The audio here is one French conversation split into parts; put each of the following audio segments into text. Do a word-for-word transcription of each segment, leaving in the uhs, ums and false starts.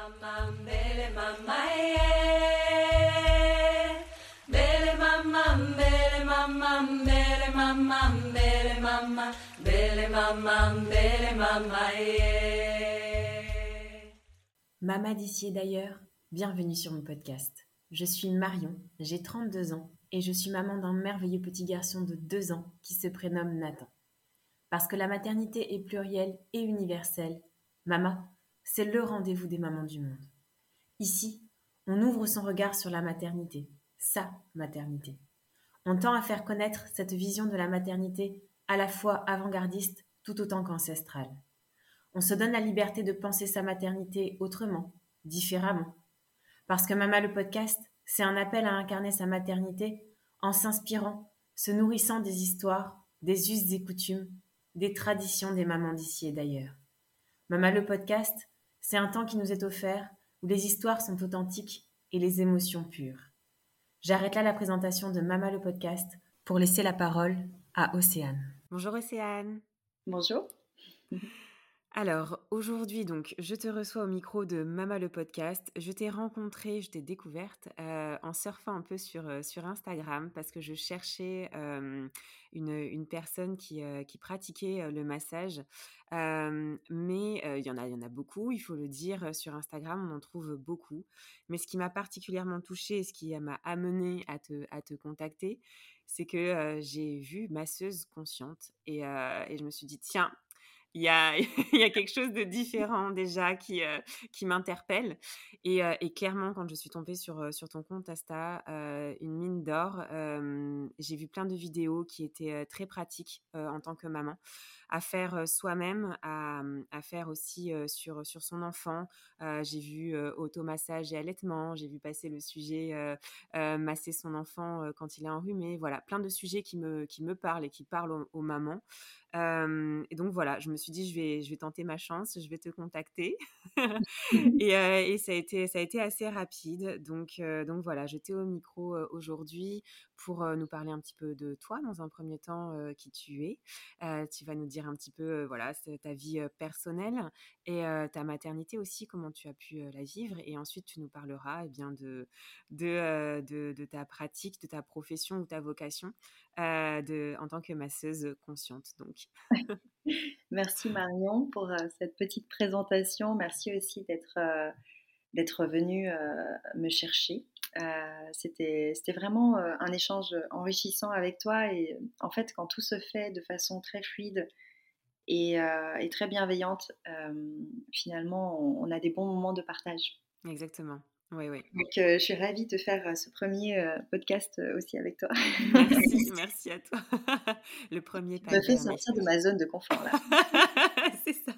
mama, mbele mama, yeah. Mbele mama, mbele mama, mbele mama, mbele mama, mbele mama, mbele mama, yeah. Mama d'ici et d'ailleurs, bienvenue sur mon podcast. Je suis Marion, j'ai trente-deux ans et je suis maman d'un merveilleux petit garçon de deux ans qui se prénomme Nathan. Parce que la maternité est plurielle et universelle, Mama, c'est le rendez-vous des mamans du monde. Ici, on ouvre son regard sur la maternité, sa maternité. On tend à faire connaître cette vision de la maternité à la fois avant-gardiste tout autant qu'ancestrale. On se donne la liberté de penser sa maternité autrement, différemment. Parce que Mama le podcast, c'est un appel à incarner sa maternité en s'inspirant, se nourrissant des histoires, des us et coutumes, des traditions des mamans d'ici et d'ailleurs. Mama le podcast, c'est un temps qui nous est offert où les histoires sont authentiques et les émotions pures. J'arrête là la présentation de Mama le podcast pour laisser la parole à Océane. Bonjour Océane. Bonjour. Alors, aujourd'hui, donc, je te reçois au micro de Mama le podcast. Je t'ai rencontrée, je t'ai découverte euh, en surfant un peu sur, euh, sur Instagram parce que je cherchais euh, une, une personne qui, euh, qui pratiquait euh, le massage. Euh, mais il euh, y en a, il y en a beaucoup, il faut le dire, sur Instagram, on en trouve beaucoup. Mais ce qui m'a particulièrement touchée et ce qui m'a amenée à te, à te contacter, c'est que euh, j'ai vu masseuse consciente et, euh, et je me suis dit, tiens, il y a, il y a quelque chose de différent déjà qui, euh, qui m'interpelle. Et, euh, et clairement, quand je suis tombée sur, sur ton compte Insta, euh, une mine d'or, euh, j'ai vu plein de vidéos qui étaient euh, très pratiques euh, en tant que maman, à faire euh, soi-même, à, à faire aussi euh, sur, sur son enfant. Euh, j'ai vu euh, automassage et allaitement, j'ai vu passer le sujet euh, euh, masser son enfant euh, quand il est enrhumé. Voilà, plein de sujets qui me, qui me parlent et qui parlent aux, aux mamans. Euh, et donc voilà, je me suis dit je vais je vais tenter ma chance, je vais te contacter et, euh, et ça a été ça a été assez rapide. Donc euh, donc voilà, j'étais au micro euh, aujourd'hui pour euh, nous parler un petit peu de toi dans un premier temps, euh, qui tu es. Euh, tu vas nous dire un petit peu euh, voilà ta vie euh, personnelle et euh, ta maternité aussi, comment tu as pu euh, la vivre. Et ensuite tu nous parleras eh bien de de, euh, de de ta pratique, de ta profession ou ta vocation euh, de en tant que masseuse consciente. Donc Merci Marion pour euh, cette petite présentation. Merci aussi d'être euh, d'être venue euh, me chercher. Euh, c'était, c'était vraiment euh, un échange enrichissant avec toi et euh, en fait quand tout se fait de façon très fluide et, euh, et très bienveillante, euh, finalement on, on a des bons moments de partage. Exactement. Oui, oui. Donc euh, je suis ravie de faire euh, ce premier euh, podcast euh, aussi avec toi. Merci, merci à toi. Le premier, Tu pas me le fais dernier. sortir de ma zone de confort là. C'est ça.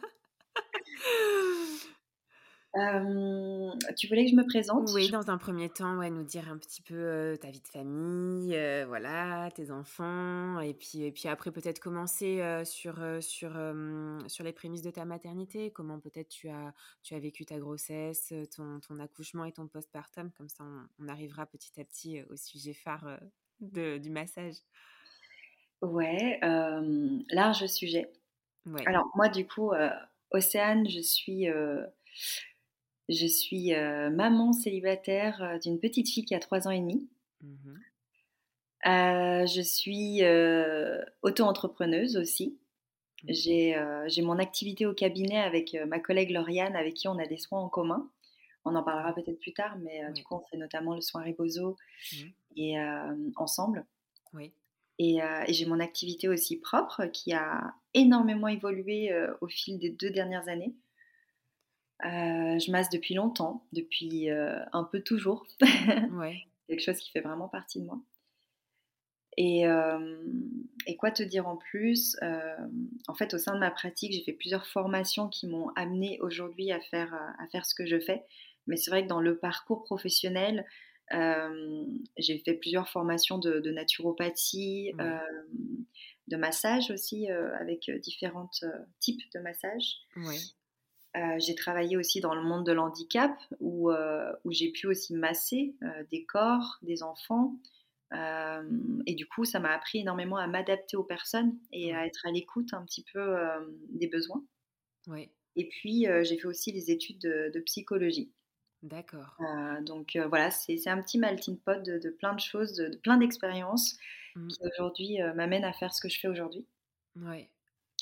Euh, tu voulais que je me présente? Oui, dans un premier temps, ouais, nous dire un petit peu euh, ta vie de famille, euh, voilà, tes enfants, et puis, et puis après peut-être commencer euh, sur, euh, sur, euh, sur les prémices de ta maternité, comment peut-être tu as, tu as vécu ta grossesse, ton, ton accouchement et ton postpartum, comme ça on, on arrivera petit à petit au sujet phare euh, de, du massage. Ouais, euh, large sujet. Ouais. Alors moi du coup, euh, Océane, je suis, euh, je suis euh, maman célibataire euh, d'une petite fille qui a trois ans et demi. Mmh. Euh, je suis euh, auto-entrepreneuse aussi. Mmh. J'ai, euh, j'ai mon activité au cabinet avec euh, ma collègue Lauriane, avec qui on a des soins en commun. On en parlera peut-être plus tard, mais euh, Oui. du coup on fait notamment le soin Rebozo Mmh. et euh, ensemble. Oui. Et, euh, et j'ai mon activité aussi propre qui a énormément évolué euh, au fil des deux dernières années. Euh, je masse depuis longtemps, depuis euh, un peu toujours. Ouais. Quelque chose qui fait vraiment partie de moi. Et, euh, et quoi te dire en plus, euh, en fait, au sein de ma pratique, j'ai fait plusieurs formations qui m'ont amenée aujourd'hui à faire, à faire ce que je fais. Mais c'est vrai que dans le parcours professionnel, euh, j'ai fait plusieurs formations de, de naturopathie, Ouais. euh, de massage aussi, euh, avec différents euh, types de massages. Ouais. Euh, j'ai travaillé aussi dans le monde de l'handicap où, euh, où j'ai pu aussi masser euh, des corps, des enfants. Euh, et du coup, ça m'a appris énormément à m'adapter aux personnes et Ouais. à être à l'écoute un petit peu euh, des besoins. Ouais. Et puis, euh, j'ai fait aussi des études de, de psychologie. D'accord. Heu, donc heu, voilà, c'est c'est un petit melting pot de de plein de choses, de de plein d'expériences Mmh. qui aujourd'hui, heu, m'amènent à faire ce que je fais aujourd'hui. Ouais.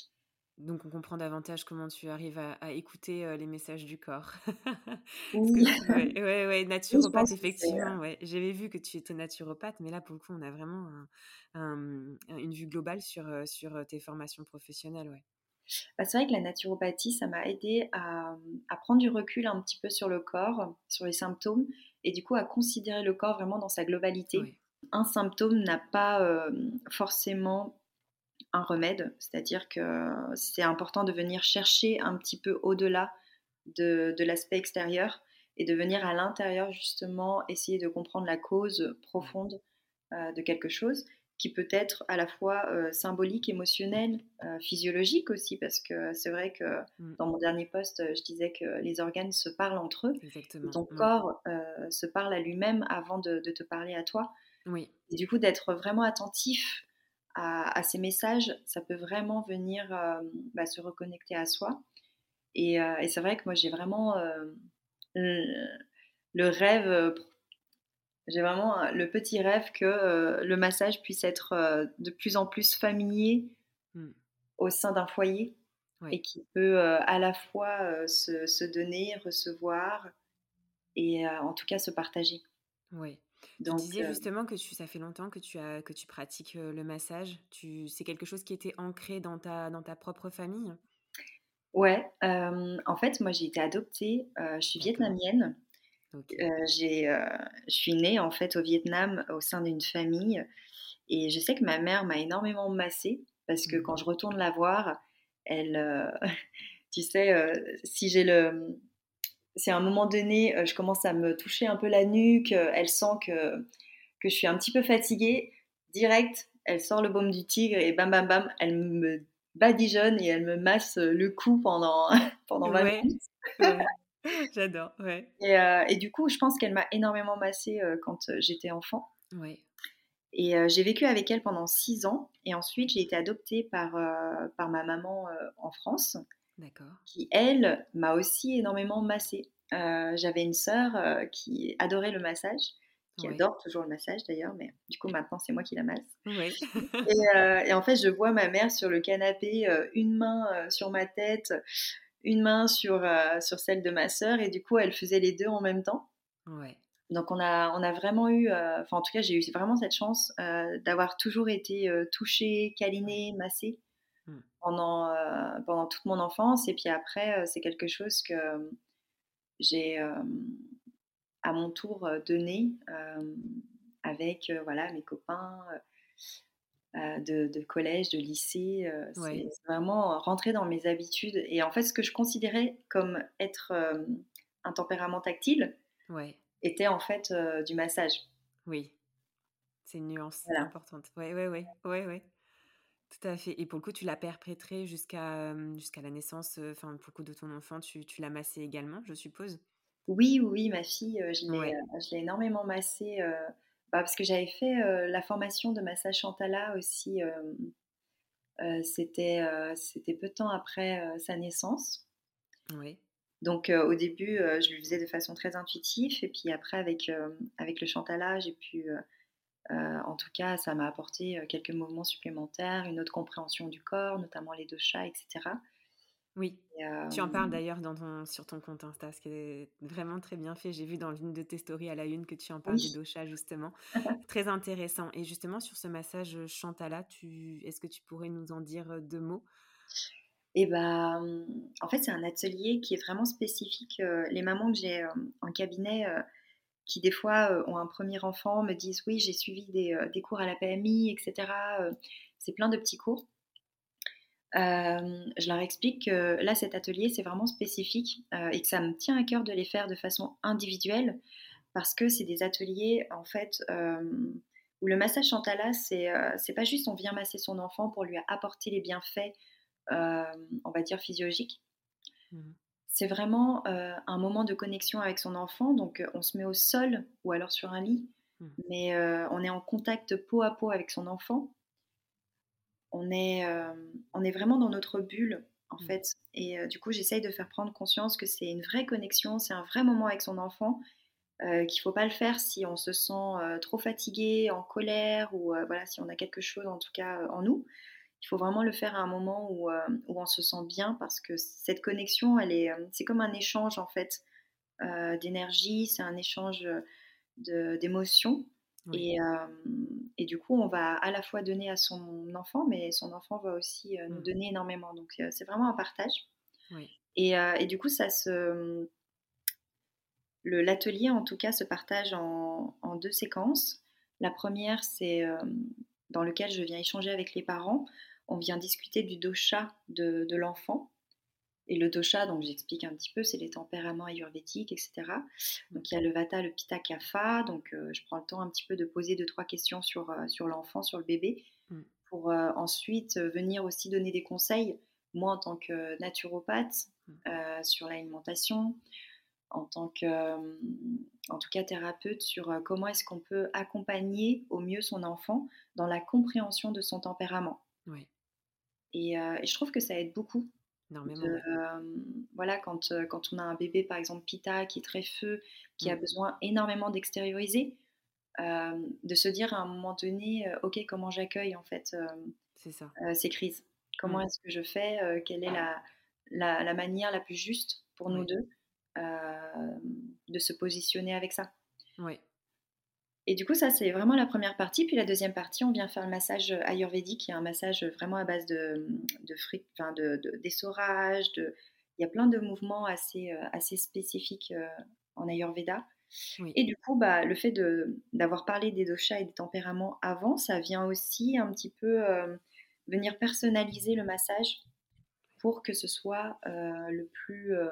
Donc on comprend davantage comment tu arrives à à écouter, heu, les messages du corps. Parce que Oui, c'est ouais, ouais, ouais, oui, je naturopathe pense que c'est, effectivement, heu ouais. J'avais vu que tu étais naturopathe, mais là pour le coup, on a vraiment un un, mmh, une vue globale sur, heu, sur, heu, tes formations professionnelles, ouais. bah, c'est vrai que la naturopathie, ça m'a aidée à, mmh, à prendre du recul un petit peu sur le corps, sur les symptômes et du coup à considérer le corps vraiment dans sa globalité. Ouais, Un symptôme n'a pas, hem, forcément un remède, c'est-à-dire que c'est important de venir chercher un petit peu au-delà de de l'aspect extérieur et de venir à l'intérieur justement essayer de comprendre la cause ouais. profonde, heu, de quelque chose qui peut être à la fois, heu, symbolique, émotionnel, heu, physiologique aussi parce que c'est vrai que Mmh. dans mon dernier post, heu, je disais que les organes se parlent entre eux et Exactement. ton Mmh. corps, heu, se parle à lui-même avant de de te parler à toi Oui, et du coup d'être vraiment attentif à à ces messages, ça peut vraiment venir, hem, bah, se reconnecter à soi et heu et c'est vrai que moi j'ai vraiment, hem, le le rêve, heu, j'ai vraiment, heu, le petit rêve que, heu, le massage puisse être, heu, de plus en plus familier mmh, au sein d'un foyer et ouais, qui peut, heu, à la fois, heu, se se donner, recevoir et heu, en tout cas se partager. ouais. Tu Donc disais heu, justement que tu ça fait longtemps que tu as que tu pratiques, heu, le massage. Tu c'est quelque chose qui était ancré dans ta dans ta propre famille? ouais, hem, en fait, moi j'ai été adoptée, heu, je suis D'accord, vietnamienne. OK. Heu, j'ai, heu, je suis née en fait au Vietnam au sein d'une famille et je sais que ma mère m'a énormément massée parce que Mmh. quand je retourne la voir, elle, heu, tu sais, heu, si j'ai le, mmh, si à un moment donné, heu, je commence à me toucher un peu la nuque, heu, elle sent que que je suis un petit peu fatiguée, direct, elle sort le baume du tigre et bam bam bam, elle me badigeonne et elle me masse, le cou pendant pendant vingt Ouais, minutes. ouais. J'adore, ouais. Et heu et du coup, je pense qu'elle m'a énormément massée, heu, quand, heu, j'étais enfant Ouais, et heu, j'ai vécu avec elle pendant six ans et ensuite j'ai été adoptée par, heu, par ma maman, heu, en France d'accord. qui, elle, m'a aussi énormément massée. Heu, j'avais une sœur, heu, qui adorait le massage, qui Ouais, adore toujours le massage d'ailleurs, mais du coup maintenant c'est moi qui la masse ouais. et heu et en fait, je vois ma mère sur le canapé, heu, une main, heu, sur ma tête, une main sur, heu, sur celle de ma sœur et du coup, elle faisait les deux en même temps. Ouais, Donc on a on a vraiment eu, heu, enfin en tout cas j'ai eu vraiment cette chance, heu, d'avoir toujours été, heu, touchée, ouais. câlinée, massée Mmh. pendant, heu, pendant toute mon enfance et puis après, heu, c'est quelque chose que, hem, j'ai, hem, à mon tour, heu, donné, hem, avec, heu, voilà mes copains, heu heu, de de collège, de lycée, heu, Ouais, c'est c'est vraiment rentré dans mes habitudes et en fait ce que je considérais comme être, hem, un tempérament tactile ouais, était en fait, heu, du massage. oui. C'est une nuance Voilà. importante. Ouais, ouais, ouais, ouais, ouais, tout à fait et pour le coup, tu l'as perpétré jusqu'à, hem, jusqu'à la naissance, heu, enfin, pour le coup de ton enfant, tu tu l'as massé également, je suppose? Oui, oui, oui, ma fille, heu, je l'ai, Ouais, heu, je l'ai énormément massée, heu, bah, parce que j'avais fait, heu, la formation de massage Chantala aussi, hem, heu, c'était, heu, c'était peu de temps après, heu, sa naissance. ouais, Donc, heu, au début, heu, je lui faisais de façon très intuitive et puis après avec, hem, avec le Chantala, j'ai pu, heu heu, en tout cas, ça m'a apporté, heu, quelques mouvements supplémentaires, une autre compréhension du corps, notamment les doshas et cetera oui. et Tu en parles hem d'ailleurs dans ton sur ton compte Insta, ce qui est vraiment très bien fait. J'ai vu dans l'une de tes stories à la une que tu en parles des oui. doshas justement. Très intéressant et justement sur ce massage, heu, Chantala, tu est-ce que tu pourrais nous en dire, heu, deux mots? Et bah, mmh, en fait, c'est un atelier qui est vraiment spécifique, heu, les mamans que j'ai, hem, en cabinet, heu, qui des fois, heu, ont un premier enfant, me disent: «Oui, j'ai suivi des, heu, des cours à la P M I et cetera», heu, c'est plein de petits cours. Hem, je leur explique que là, cet atelier, c'est vraiment spécifique, heu, et que ça me tient à cœur de les faire de façon individuelle parce que c'est des ateliers, en fait, hem, où le massage Chantala, c'est, heu, c'est pas juste on vient masser son enfant pour lui apporter les bienfaits, hem, on va dire physiologiques. Mmh. C'est vraiment, heu, un moment de connexion avec son enfant, donc heu, on se met au sol ou alors sur un lit, Mmh. mais heu, on est en contact peau à peau avec son enfant. On est, hem, on est vraiment dans notre bulle en Mmh. fait. Et euh, du coup, j'essaye de faire prendre conscience que c'est une vraie connexion, c'est un vrai moment avec son enfant, euh, qu'il ne faut pas le faire si on se sent euh, trop fatigué, en colère, ou euh, voilà, si on a quelque chose en tout cas euh, en nous. Il faut vraiment le faire à un moment où, euh, où on se sent bien, parce que cette connexion, elle est, euh, c'est comme un échange en fait euh, d'énergie, c'est un échange de- d'émotions. Oui. Et, euh, et du coup, on va à la fois donner à son enfant, mais son enfant va aussi euh, nous Mmh. donner énormément. Donc, euh, c'est vraiment un partage. Oui. Et, euh, et du coup, ça se, le, l'atelier, en tout cas, se partage en, en deux séquences. La première, c'est euh, dans lequel je viens échanger avec les parents. On vient discuter du dosha de, de l'enfant. Et le dosha, donc j'explique un petit peu, c'est les tempéraments ayurvédiques, et cetera. Mmh. Donc il y a le vata, le pitta, kapha. Donc euh, je prends le temps un petit peu de poser deux, trois questions sur, euh, sur l'enfant, sur le bébé, Mmh. pour euh, ensuite euh, venir aussi donner des conseils, moi en tant que naturopathe, Mmh. euh, sur l'alimentation, en tant que, euh, en tout cas thérapeute, sur euh, comment est-ce qu'on peut accompagner au mieux son enfant dans la compréhension de son tempérament. Oui. Et, euh, et je trouve que ça aide beaucoup de, Énormément, ouais. euh, voilà, quand, euh, quand on a un bébé, par exemple, Pita, qui est très feu, qui a Mmh. besoin énormément d'extérioriser, euh, de se dire à un moment donné, euh, ok, comment j'accueille en fait euh, C'est ça. euh, ces crises? Comment Mmh. est-ce que je fais? Euh, quelle est la, la, la manière la plus juste pour nous Oui. deux euh, de se positionner avec ça? Oui. Et du coup, ça, c'est vraiment la première partie. Puis la deuxième partie, on vient faire le massage ayurvédique, qui est un massage vraiment à base de, de fruits, enfin de, de- d'essorage. De... Il y a plein de mouvements assez, euh, assez spécifiques euh, en Ayurveda. Oui. Et du coup, bah, le fait de, d'avoir parlé des doshas et des tempéraments avant, ça vient aussi un petit peu euh, venir personnaliser le massage pour que ce soit euh, le plus, euh,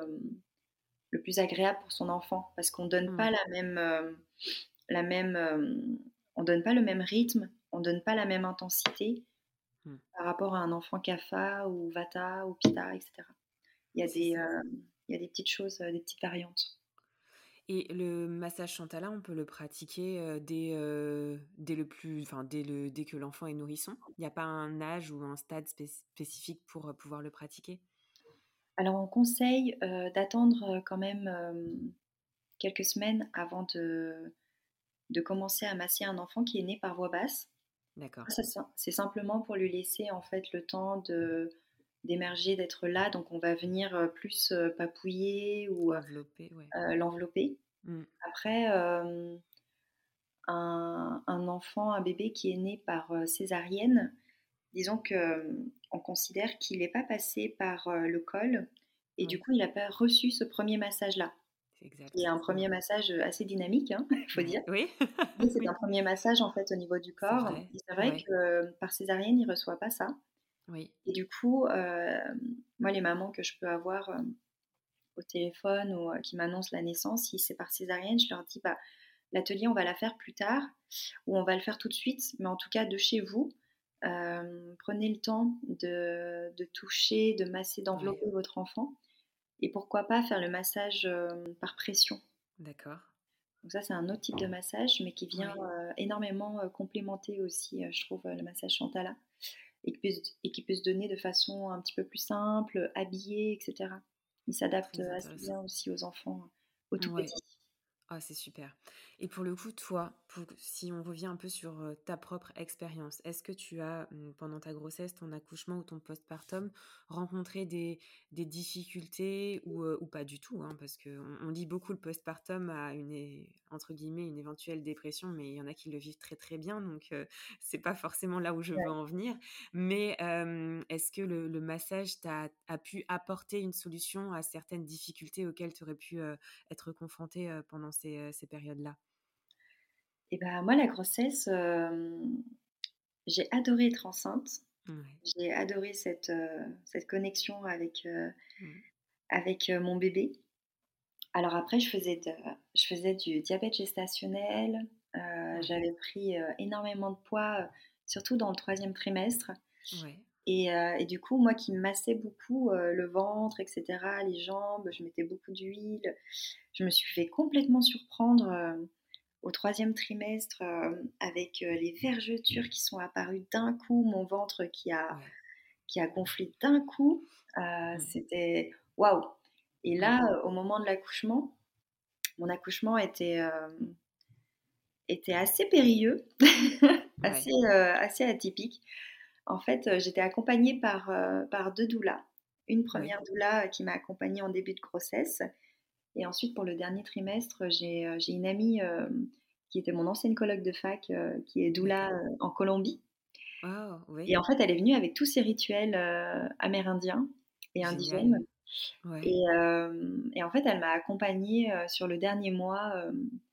le plus agréable pour son enfant, parce qu'on donne Mmh. pas la même, euh, la même, euh, on donne pas le même rythme, on donne pas la même intensité Mmh. par rapport à un enfant Kapha ou Vata ou Pitta, et cetera. Il y a C'est des, ça. euh, il y a des petites choses, euh, des petites variantes. Et le massage Chantala, on peut le pratiquer, heu, dès, heu, dès le plus enfin, dès le dès que l'enfant est nourrisson? Il y a pas un âge ou un stade spéc spécifique pour, heu, pouvoir le pratiquer? Alors on conseille euh, d'attendre euh, quand même euh, quelques semaines avant de, de commencer à masser un enfant qui est né par voie basse. D'accord. Ça, ça, c'est simplement pour lui laisser en fait le temps de d'émerger, d'être là. Donc on va venir euh, plus euh, papouiller ou Enveloppé, ouais. euh, l'envelopper. Mmh. Après, euh, un, un enfant, un bébé qui est né par euh, césarienne, disons que euh, on considère qu'il n'est pas passé par euh, le col, et du Oui, coup il n'a pas reçu ce premier massage-là, c'est qui est exact. un Mmh. premier massage assez dynamique, hein, il faut dire. Ouais. Oui. Mais c'est un Oui. premier massage en fait au niveau du C'est corps. vrai. Et c'est vrai Ouais. que euh, par césarienne, il ne reçoit pas ça. Oui. Et du coup, euh, moi, les mamans que je peux avoir euh, au téléphone ou euh, qui m'annoncent la naissance, si c'est par césarienne, je leur dis, bah, l'atelier, on va la faire plus tard, ou on va le faire tout de suite, mais en tout cas de chez vous. Euh, prenez le temps de, de toucher, de masser, Ouais. d'envelopper votre enfant. Et pourquoi pas faire le massage euh, par pression. D'accord. Donc ça, c'est un autre type de massage, mais qui vient Ouais. euh, énormément euh, complémenter aussi, euh, je trouve, euh, le massage Chantala, et qui, peut, et qui peut se donner de façon un petit peu plus simple, habillé, et cetera. Il s'adapte Très assez intéressant. bien aussi aux enfants, aux tout Ouais. petits. Ah, c'est super. Et pour le coup, toi, pour si on revient un peu sur, heu, ta propre expérience, est-ce que tu as, mmh, pendant ta grossesse, ton accouchement ou ton postpartum, rencontré des des difficultés ou, heu, ou pas du tout, hein? Parce qu'on on lit beaucoup le postpartum à une é entre guillemets «une éventuelle dépression», mais il y en a qui le vivent très, très bien, donc heu, c'est pas forcément là où je veux Ouais. en venir. Mais, hem, est-ce que le le massage t'a a pu apporter une solution à certaines difficultés auxquelles tu aurais pu, heu, être confrontée, heu, pendant ces, heu, ces périodes-là? Et ben moi, la grossesse, euh, j'ai adoré être enceinte. Ouais. J'ai adoré cette, euh, cette connexion avec, euh, Mmh. avec euh, mon bébé. Alors après, je faisais, de- je faisais du diabète gestationnel. Euh, Ouais. j'avais pris euh, énormément de poids, euh, surtout dans le troisième trimestre. Ouais. Et, euh, et du coup, moi qui me massais beaucoup euh, le ventre, et cetera, les jambes, je mettais beaucoup d'huile. Je me suis fait complètement surprendre euh, au troisième trimestre euh, avec euh, les vergetures qui sont apparues d'un coup, mon ventre qui a, Ouais. qui a gonflé d'un coup. Euh, Mmh. c'était waouh! Et Ouais. là, euh, au moment de l'accouchement, mon accouchement était, euh, était assez périlleux, assez, Ouais. euh, assez atypique. En fait, euh, j'étais accompagnée par, euh, par deux doulas. Une Ouais. première doula euh, qui m'a accompagnée en début de grossesse. Et ensuite, pour le dernier trimestre, j'ai, euh, j'ai une amie euh, qui était mon ancienne coloc de fac, euh, qui est doula D'accord. euh, en Colombie. Waouh! Oui. Et en fait, elle est venue avec tous ses rituels euh, amérindiens et Génial. indigènes. Ouais. Et, euh, et en fait, elle m'a accompagnée euh, sur le dernier mois euh,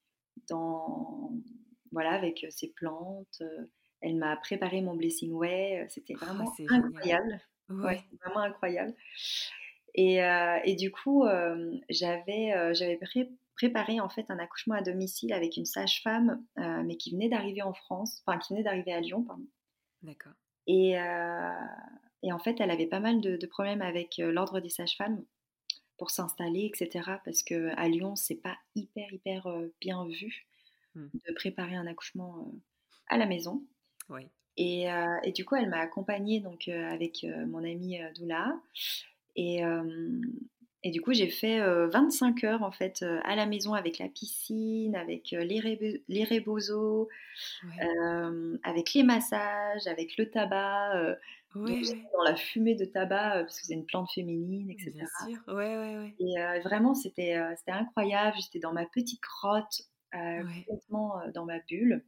dans, voilà, avec euh, ses plantes. euh, Elle m'a préparé mon blessing way. euh, C'était Oh, vraiment c'est génial. incroyable. Ouais, Ouais. c'était vraiment incroyable. Et, euh, et du coup, euh, j'avais, euh, j'avais pré- préparé en fait un accouchement à domicile avec une sage-femme, euh, mais qui venait d'arriver en France, enfin qui venait d'arriver à Lyon, pardon. D'accord. Et, euh, et en fait, elle avait pas mal de, de problèmes avec euh, l'ordre des sages-femmes pour s'installer, et cetera. Parce que à Lyon, c'est pas hyper hyper euh, bien vu Mmh. de préparer un accouchement euh, à la maison. Ouais. Et, euh, et du coup, elle m'a accompagnée donc euh, avec euh, mon amie euh, Doula. Et, euh, et du coup, j'ai fait euh, vingt-cinq heures en fait euh, à la maison avec la piscine, avec euh, les, rébé- les rébozos, Ouais. euh, avec les massages, avec le tabac. euh, donc Ouais, j'étais ouais. dans la fumée de tabac euh, parce que c'est une plante féminine, Bien et cetera. sûr. Ouais, ouais, ouais. Et euh, vraiment, c'était euh, c'était incroyable. J'étais dans ma petite grotte, euh, Ouais. complètement euh, dans ma bulle.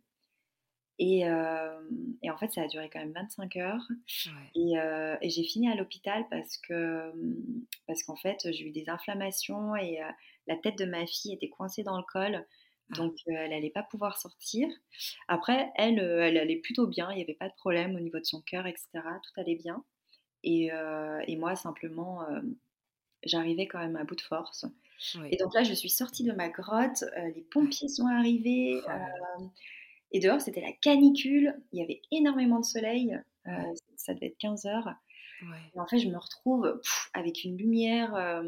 Et, euh, et en fait, ça a duré quand même vingt-cinq heures. Ouais. Et, euh, et j'ai fini à l'hôpital parce que parce qu'en fait, j'ai eu des inflammations et euh, la tête de ma fille était coincée dans le col. Ah. Donc, euh, elle n'allait pas pouvoir sortir. Après, elle, euh, elle allait plutôt bien. Il n'y avait pas de problème au niveau de son cœur, et cetera. Tout allait bien. Et, euh, et moi, simplement, euh, j'arrivais quand même à bout de force. Et Ouais. donc là, je suis sortie de ma grotte. euh, les Ouais. pompiers sont arrivés. Oh là là. euh, et dehors, c'était la canicule. Il y avait énormément de soleil. Euh, Ouais. ça devait être quinze heures. Ouais. Et en fait, je me retrouve pff, avec une lumière. euh,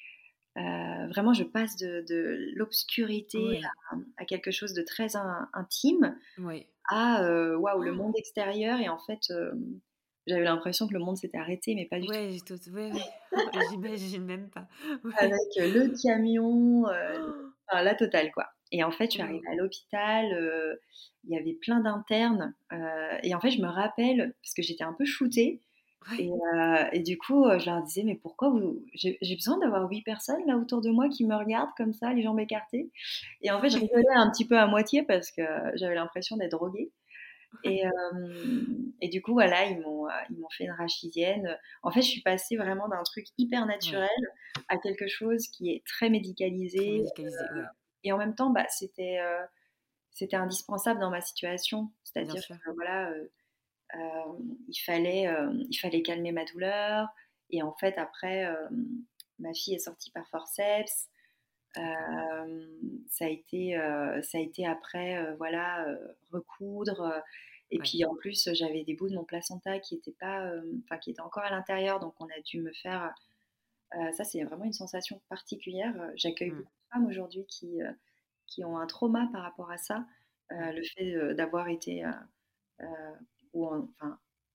euh, vraiment, je passe de, de l'obscurité Ouais. à, à quelque chose de très in- intime Ouais. à euh, waouh, le Oh! monde extérieur. Et en fait, euh, j'avais l'impression que le monde s'était arrêté, mais pas du tout. Ouais, j'ai tout ouais, ouais. J'imagine même pas. Ouais. Avec euh, le camion, euh, Oh! enfin, la totale, quoi. Et en fait, je suis arrivée Waouh! à l'hôpital, euh, il y avait plein d'internes. euh, et en fait, je me rappelle, parce que j'étais un peu shootée, Ouais. et, euh, et du coup, euh, je leur disais, mais pourquoi vous... J'ai j'ai besoin d'avoir huit personnes là autour de moi qui me regardent comme ça, les jambes écartées. Et en fait, je Ouais. rigolais un petit peu à moitié parce que j'avais l'impression d'être droguée. Ouais. Et, euh, et du coup, voilà, ils m'ont, euh, ils m'ont fait une rachidienne. En fait, je suis passée vraiment d'un truc hyper Ouais. naturel à quelque chose qui est très Très médicalisé. médicalisé, ouais. Et en même temps, bah, c'était, euh, c'était indispensable dans ma situation. Bien C'est-à-dire sûr. que voilà, euh, euh, il fallait, euh, il fallait calmer ma douleur. Et en fait, après, euh, ma fille est sortie par forceps. D'accord. Euh, ça a été, euh, ça a été après, euh, voilà, euh, recoudre. euh, et Ouais. puis en plus, j'avais des bouts de mon placenta qui étaient pas, euh, enfin, qui étaient encore à l'intérieur, donc on a dû me faire. euh, ça, c'est vraiment une sensation particulière. J'accueille Mmh. beaucoup de femmes aujourd'hui qui, euh, qui ont un trauma par rapport à ça, Mmh. euh, le fait euh, d'avoir été, euh, euh, où on, enfin,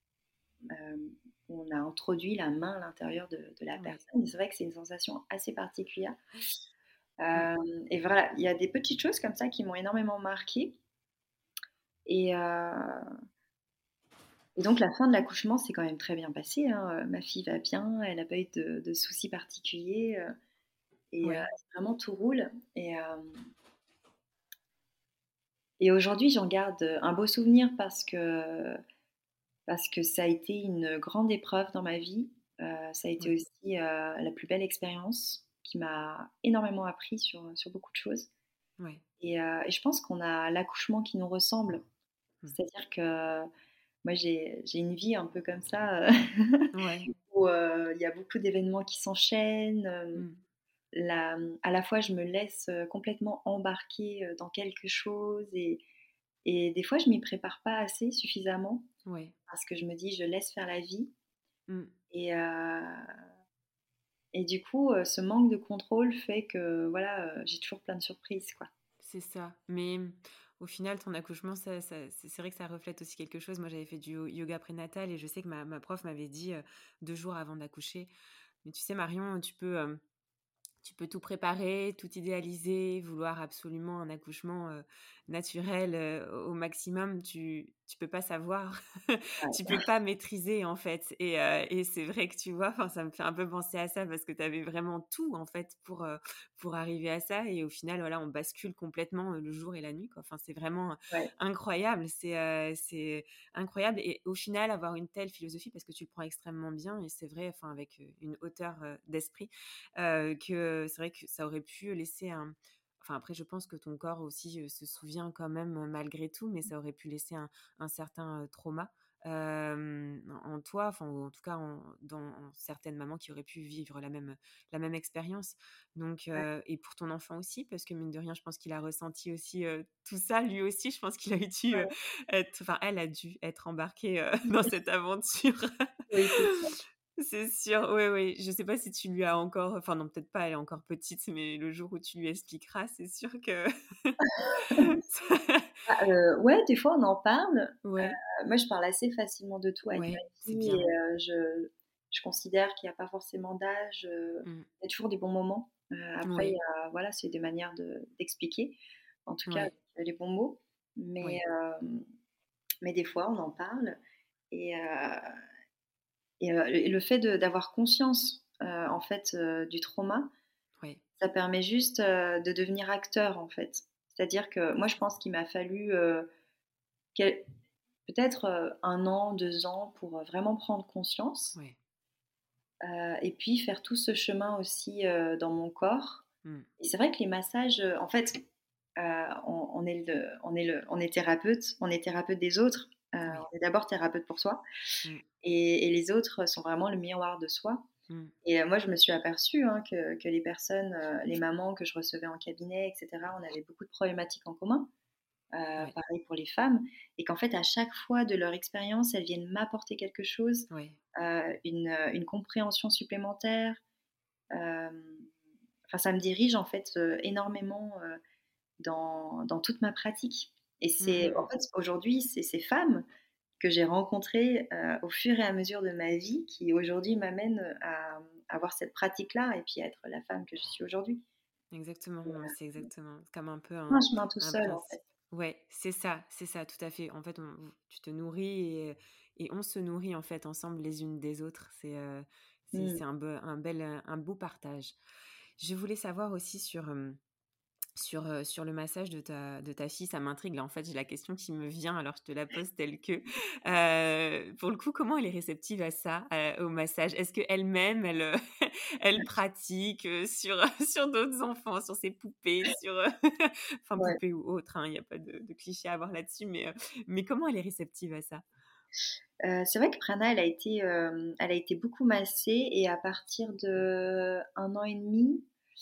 euh, où on a introduit la main à l'intérieur de, de la Ouais. personne. Et c'est vrai que c'est une sensation assez particulière. Mmh. Euh, et voilà, il y a des petites choses comme ça qui m'ont énormément marquée. Et, euh, et donc la fin de l'accouchement s'est quand même très bien passée, hein. Euh, Ma fille va bien, elle n'a pas eu de, de soucis particuliers. euh, et euh, Ouais. vraiment tout roule. Et, euh, et aujourd'hui j'en garde un beau souvenir parce que, parce que ça a été une grande épreuve dans ma vie. Euh, ça a été Ouais. aussi euh, la plus belle expérience qui m'a énormément appris sur, sur beaucoup de choses. Ouais. Et, euh, et je pense qu'on a l'accouchement qui nous ressemble. Mmh. C'est-à-dire que moi, j'ai j'ai une vie un peu comme ça, euh, Ouais. où euh, il y a beaucoup d'événements qui s'enchaînent. euh, Mmh. la- à la fois, je me laisse euh, complètement embarquer euh, dans quelque chose. Et, et des fois, je m'y prépare pas assez suffisamment Ouais. parce que je me dis, je laisse faire la vie. Mmh. Et, euh, et du coup, euh, ce manque de contrôle fait que voilà, euh, j'ai toujours plein de surprises, quoi. C'est ça. Mais au final, ton accouchement, ça, ça- c'est c'est vrai que ça reflète aussi quelque chose. Moi, j'avais fait du yo- yoga prénatal et je sais que ma, ma prof m'avait dit euh, deux jours avant d'accoucher, mais tu sais, Marion, tu peux, euh, tu peux tout préparer, tout idéaliser, vouloir absolument un accouchement euh, naturel euh, au maximum. Tu tu peux pas savoir, tu Ouais, peux pas maîtriser en fait. Et, euh, et c'est vrai que tu vois, enfin, ça me fait un peu penser à ça parce que tu avais vraiment tout en fait pour euh, pour arriver à ça. Et au final, voilà, on bascule complètement euh, le jour et la nuit, quoi. Enfin, c'est vraiment ouais, incroyable. C'est euh, c'est incroyable. Et au final, avoir une telle philosophie parce que tu le prends extrêmement bien. Et c'est vrai, enfin, avec euh, une hauteur euh, d'esprit euh, que c'est vrai que ça aurait pu laisser un... Enfin, après, je pense que ton corps aussi euh, se souvient quand même euh, malgré tout, mais ça aurait pu laisser un, un certain euh, trauma euh, en toi, enfin, ou en tout cas en- dans en certaines mamans qui auraient pu vivre la même, la même expérience. Donc, ouais, euh, et pour ton enfant aussi, parce que mine de rien, je pense qu'il a ressenti aussi euh, tout ça, lui aussi. Je pense qu'il a dû euh, ouais. être, enfin, elle a dû être embarquée euh, dans cette aventure. Oui, c'est ça. C'est sûr, oui, oui. Je sais pas si tu lui as encore, enfin non, peut-être pas, elle est encore petite, mais le jour où tu lui expliqueras, c'est sûr que Ah, euh, ouais, des fois on en parle. ouais, Euh, moi, je parle assez facilement de tout avec ma ouais, c'est fille et bien. euh, je, je considère qu'il n'y a pas forcément d'âge. euh, Mmh. Il y a toujours des bons moments. Euh, après, il y Ouais, a, voilà, c'est des manières de, d'expliquer, en tout cas ouais, avec les bons mots. Mais, ouais, euh, mais des fois, on en parle. Et, euh, et, euh, et le fait de- d'avoir conscience, euh, en fait, euh, du trauma, ouais, ça permet juste euh, de devenir acteur, en fait. C'est-à-dire que moi, je pense qu'il m'a fallu euh, quel- peut-être euh, un an, deux ans pour euh, vraiment prendre conscience. ouais. Euh, et puis faire tout ce chemin aussi euh, dans mon corps. Mmh. Et c'est vrai que les massages, euh, en fait, euh, on, on est le, on, est le, on est thérapeute, on est thérapeute des autres. Euh, Oui. on est d'abord thérapeute pour soi. Mmh. Et, et les autres sont vraiment le miroir de soi. Mmh. Et euh, moi, je me suis aperçue hein, que, que les personnes, euh, les mamans que je recevais en cabinet, et cetera, on avait beaucoup de problématiques en commun. Euh, Ouais, pareil pour les femmes. Et qu'en fait, à chaque fois de leur expérience, elles viennent m'apporter quelque chose, ouais. euh, une, euh, une compréhension supplémentaire. Euh, Enfin, ça me dirige en fait euh, énormément euh, dans, dans toute ma pratique. Et Mmh, mmh, c'est en mmh. fait aujourd'hui, c'est ces femmes que j'ai rencontrées euh, au fur et à mesure de ma vie qui aujourd'hui m'amènent à avoir cette pratique-là et puis à être la femme que je suis aujourd'hui. Exactement, non, mais c'est exactement comme un peu Un un, chemin tout un seul en fait. principe. Ouais, c'est ça, c'est ça, tout à fait. En fait, on- tu te nourris et, et on se nourrit en fait ensemble les unes des autres. C'est euh, c'est Mm. c'est un, be- un bel, un beau partage. Je voulais savoir aussi sur, euh, sur, heu, sur le massage de ta de ta fille, ça m'intrigue là, en fait, j'ai la question qui me vient, alors je te la pose telle que. Heu, pour le coup, comment elle est réceptive à ça, heu, au massage? Est-ce qu'elle-même, elle, heu, elle pratique, heu, sur, sur d'autres enfants, sur ses poupées, sur, heu, enfin Ouais. poupées ou autres, hein, il y a pas de de cliché à avoir là-dessus, mais, heu, mais comment elle est réceptive à ça? Euh, c'est vrai que Prana, elle a été, euh, elle a été beaucoup massée et à partir de un an et demi,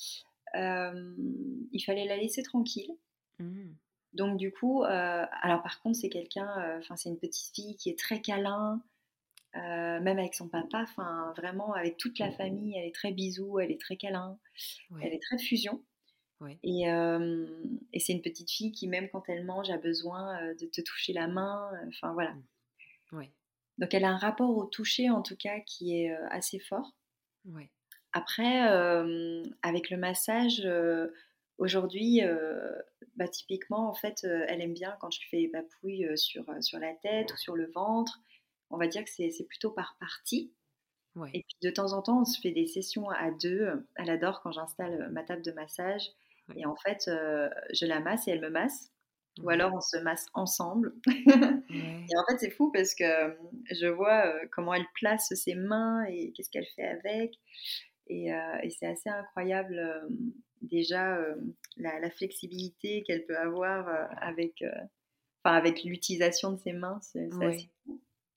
euh, il fallait la laisser tranquille. Mmh. Donc du coup, euh, alors par contre, c'est quelqu'un, euh, enfin c'est une petite fille qui est très câlin, euh, même avec son papa, enfin vraiment avec toute la famille, elle est très bisou, elle est très câlin, elle Ouais, est très fusion. ouais. Et, euh, et c'est une petite fille qui même quand elle mange a besoin euh, de te toucher la main, euh, enfin voilà. Mmh. Ouais, Donc elle a un rapport au toucher en tout cas qui est euh, assez fort. ouais. Après, euh, avec le massage, euh, aujourd'hui, euh, bah, typiquement, en fait, euh, elle aime bien quand je lui fais les papouilles euh, sur, euh, sur la tête ou sur le ventre. On va dire que c'est c'est plutôt par partie. Ouais. Et puis de temps en temps, on se fait des sessions à deux. Elle adore quand j'installe euh, ma table de massage. Ouais. Et en fait, euh, je la masse et elle me masse. Ou Ouais. alors on se masse ensemble. Ouais. Et en fait, c'est fou parce que euh, je vois euh, comment elle place ses mains et qu'est-ce qu'elle fait avec. Et, euh, et c'est assez incroyable euh, déjà euh, la, la flexibilité qu'elle peut avoir euh, avec, euh, enfin, avec l'utilisation de ses mains, c'est c'est assez Ouais. fou.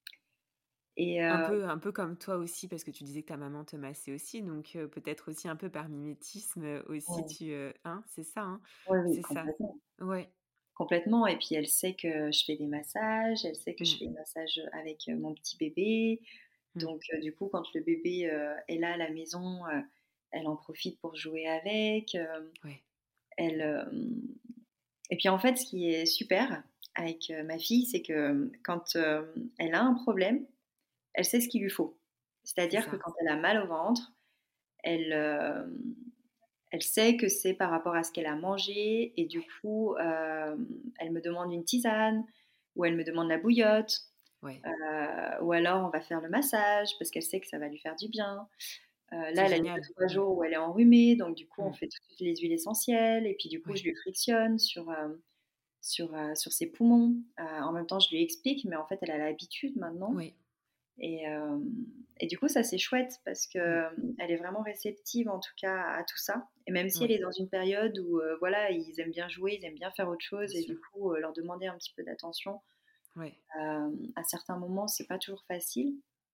Et Un euh, peu un peu comme toi aussi, parce que tu disais que ta maman te massait aussi, donc heu, peut-être aussi un peu par mimétisme, heu, aussi ouais, tu, heu hein? C'est ça, hein? ouais, oui, C'est ça. complètement. Ouais. Complètement. Et puis elle sait que je fais des massages, elle sait que je Mmh. fais des massages avec euh, mon petit bébé. Mmh. Donc euh, du coup, quand le bébé euh, est là à la maison, euh, elle en profite pour jouer avec. euh, Ouais. elle, euh, Et puis en fait, ce qui est super avec euh, ma fille, c'est que quand euh, elle a un problème, elle sait ce qu'il lui faut. C'est C'est-à-dire que ça. quand elle a mal au ventre, elle, euh, elle sait que c'est par rapport à ce qu'elle a mangé et du Ouais, coup, euh, elle me demande une tisane ou elle me demande la bouillotte. ouais, Euh, ou alors on va faire le massage parce qu'elle sait que ça va lui faire du bien. Euh, là, c'est elle a eu deux, génial. trois Mmh, jours où elle est enrhumée, donc du coup, on mmh, fait toutes les huiles essentielles et puis du coup, je ouais, lui frictionne sur, euh, sur, euh, sur ses poumons. Euh, en même temps, je lui explique, mais en fait, elle a l'habitude maintenant. ouais, Et, euh, et du coup, ça, c'est chouette parce mmh, qu'elle est vraiment réceptive, en tout cas, à tout ça. Et même si elle ouais, est dans une période où, euh, voilà, ils aiment bien jouer, ils aiment bien faire autre bien chose, et sûr. du coup, euh, leur demander un petit peu d'attention, Ouais. euh, à certains moments, c'est pas toujours facile.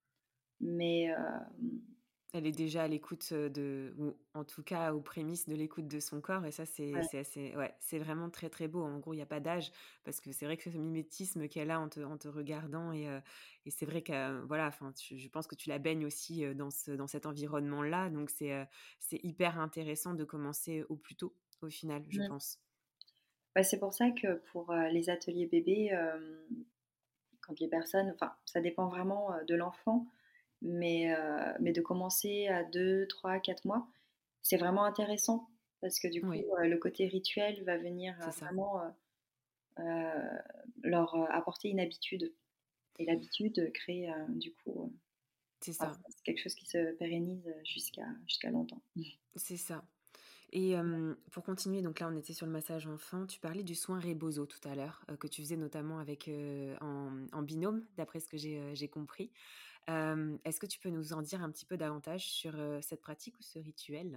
Mais euh, Elle est déjà à l'écoute, heu, de ou en tout cas aux prémices de l'écoute de son corps et ça c'est ouais. c'est assez ouais, c'est vraiment très, très beau. En gros, il y a pas d'âge parce que c'est vrai que ce mimétisme qu'elle a en te en te regardant et heu et c'est vrai que, heu, voilà, enfin, tu je pense que tu la baignes aussi, heu, dans ce dans cet environnement-là donc c'est, heu, c'est hyper intéressant de commencer au plus tôt, au final, je Mm. pense. Bah, c'est pour ça que pour euh, les ateliers bébés, euh, quand les personnes, enfin, ça dépend vraiment euh, de l'enfant, mais, euh, mais de commencer à deux, trois, quatre mois, c'est vraiment intéressant parce que du coup, Oui, euh, le côté rituel va venir euh, c'est ça, vraiment euh, euh, leur euh, apporter une habitude. Et l'habitude crée euh, du coup, euh, c'est enfin, ça, c'est quelque chose qui se pérennise jusqu'à jusqu'à longtemps. c'est ça. Et hem, pour continuer, donc là, on était sur le massage enfant. Tu parlais du soin Rebozo tout à l'heure, heu, que tu faisais notamment avec, heu, en en binôme, d'après ce que j'ai, heu, j'ai compris. Hem, est-ce que tu peux nous en dire un petit peu davantage sur, heu, cette pratique ou ce rituel?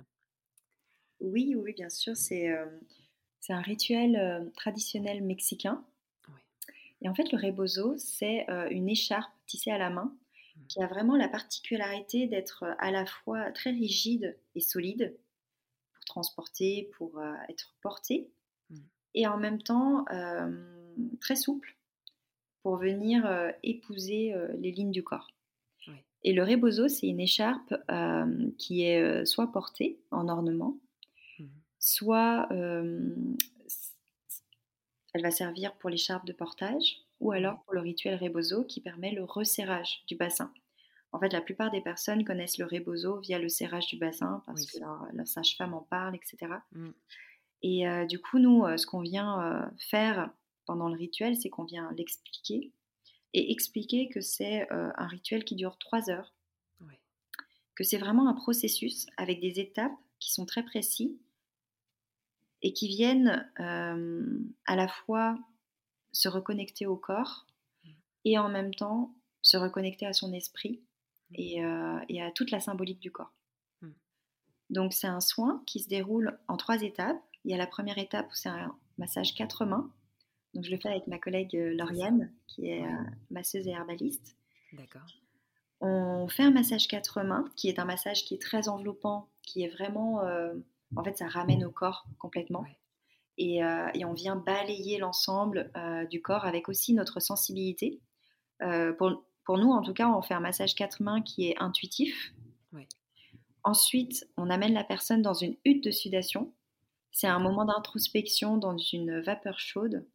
Oui, oui, bien sûr, c'est euh, c'est un rituel euh, traditionnel mexicain. Ouais. Et en fait, le rebozo, c'est euh, une écharpe tissée à la main Mmh. qui a vraiment la particularité d'être euh, à la fois très rigide et solide pour transporter, pour euh, être portée, Mmh. et en même temps euh, très souple pour venir euh, épouser euh, les lignes du corps. Ouais. Et le rebozo, c'est une écharpe euh, qui est euh, soit portée en ornement, Mmh. soit euh, elle va servir pour l'écharpe de portage ou alors Ouais. pour le rituel rebozo qui permet le resserrage du bassin. En fait, la plupart des personnes connaissent le rebozo via le serrage du bassin parce que Oui. leur, leur sage-femme en parle, et cetera. Mmh. Et euh, du coup, nous, euh, ce qu'on vient euh, faire pendant le rituel, c'est qu'on vient l'expliquer et expliquer que c'est euh, un rituel qui dure trois heures, Ouais. que c'est vraiment un processus avec des étapes qui sont très précis et qui viennent euh, à la fois se reconnecter au corps Mmh. et en même temps se reconnecter à son esprit Mmh. et, euh, et à toute la symbolique du corps. Mmh. Donc c'est un soin qui se déroule en trois étapes. Il y a la première étape où c'est un massage quatre mains. Donc je le fais D'accord. avec ma collègue euh, C'est ça. Lauriane, qui est euh, Ouais. masseuse et herbaliste. D'accord. On fait un massage quatre mains, qui est un massage qui est très enveloppant, qui est vraiment... euh, en fait, ça ramène au corps complètement. Ouais. Et, euh, et on vient balayer l'ensemble euh, du corps avec aussi notre sensibilité. Euh, pour, pour nous, en tout cas, on fait un massage quatre mains qui est intuitif. Ouais. Ensuite, on amène la personne dans une hutte de sudation. C'est un D'accord. moment d'introspection dans une vapeur chaude.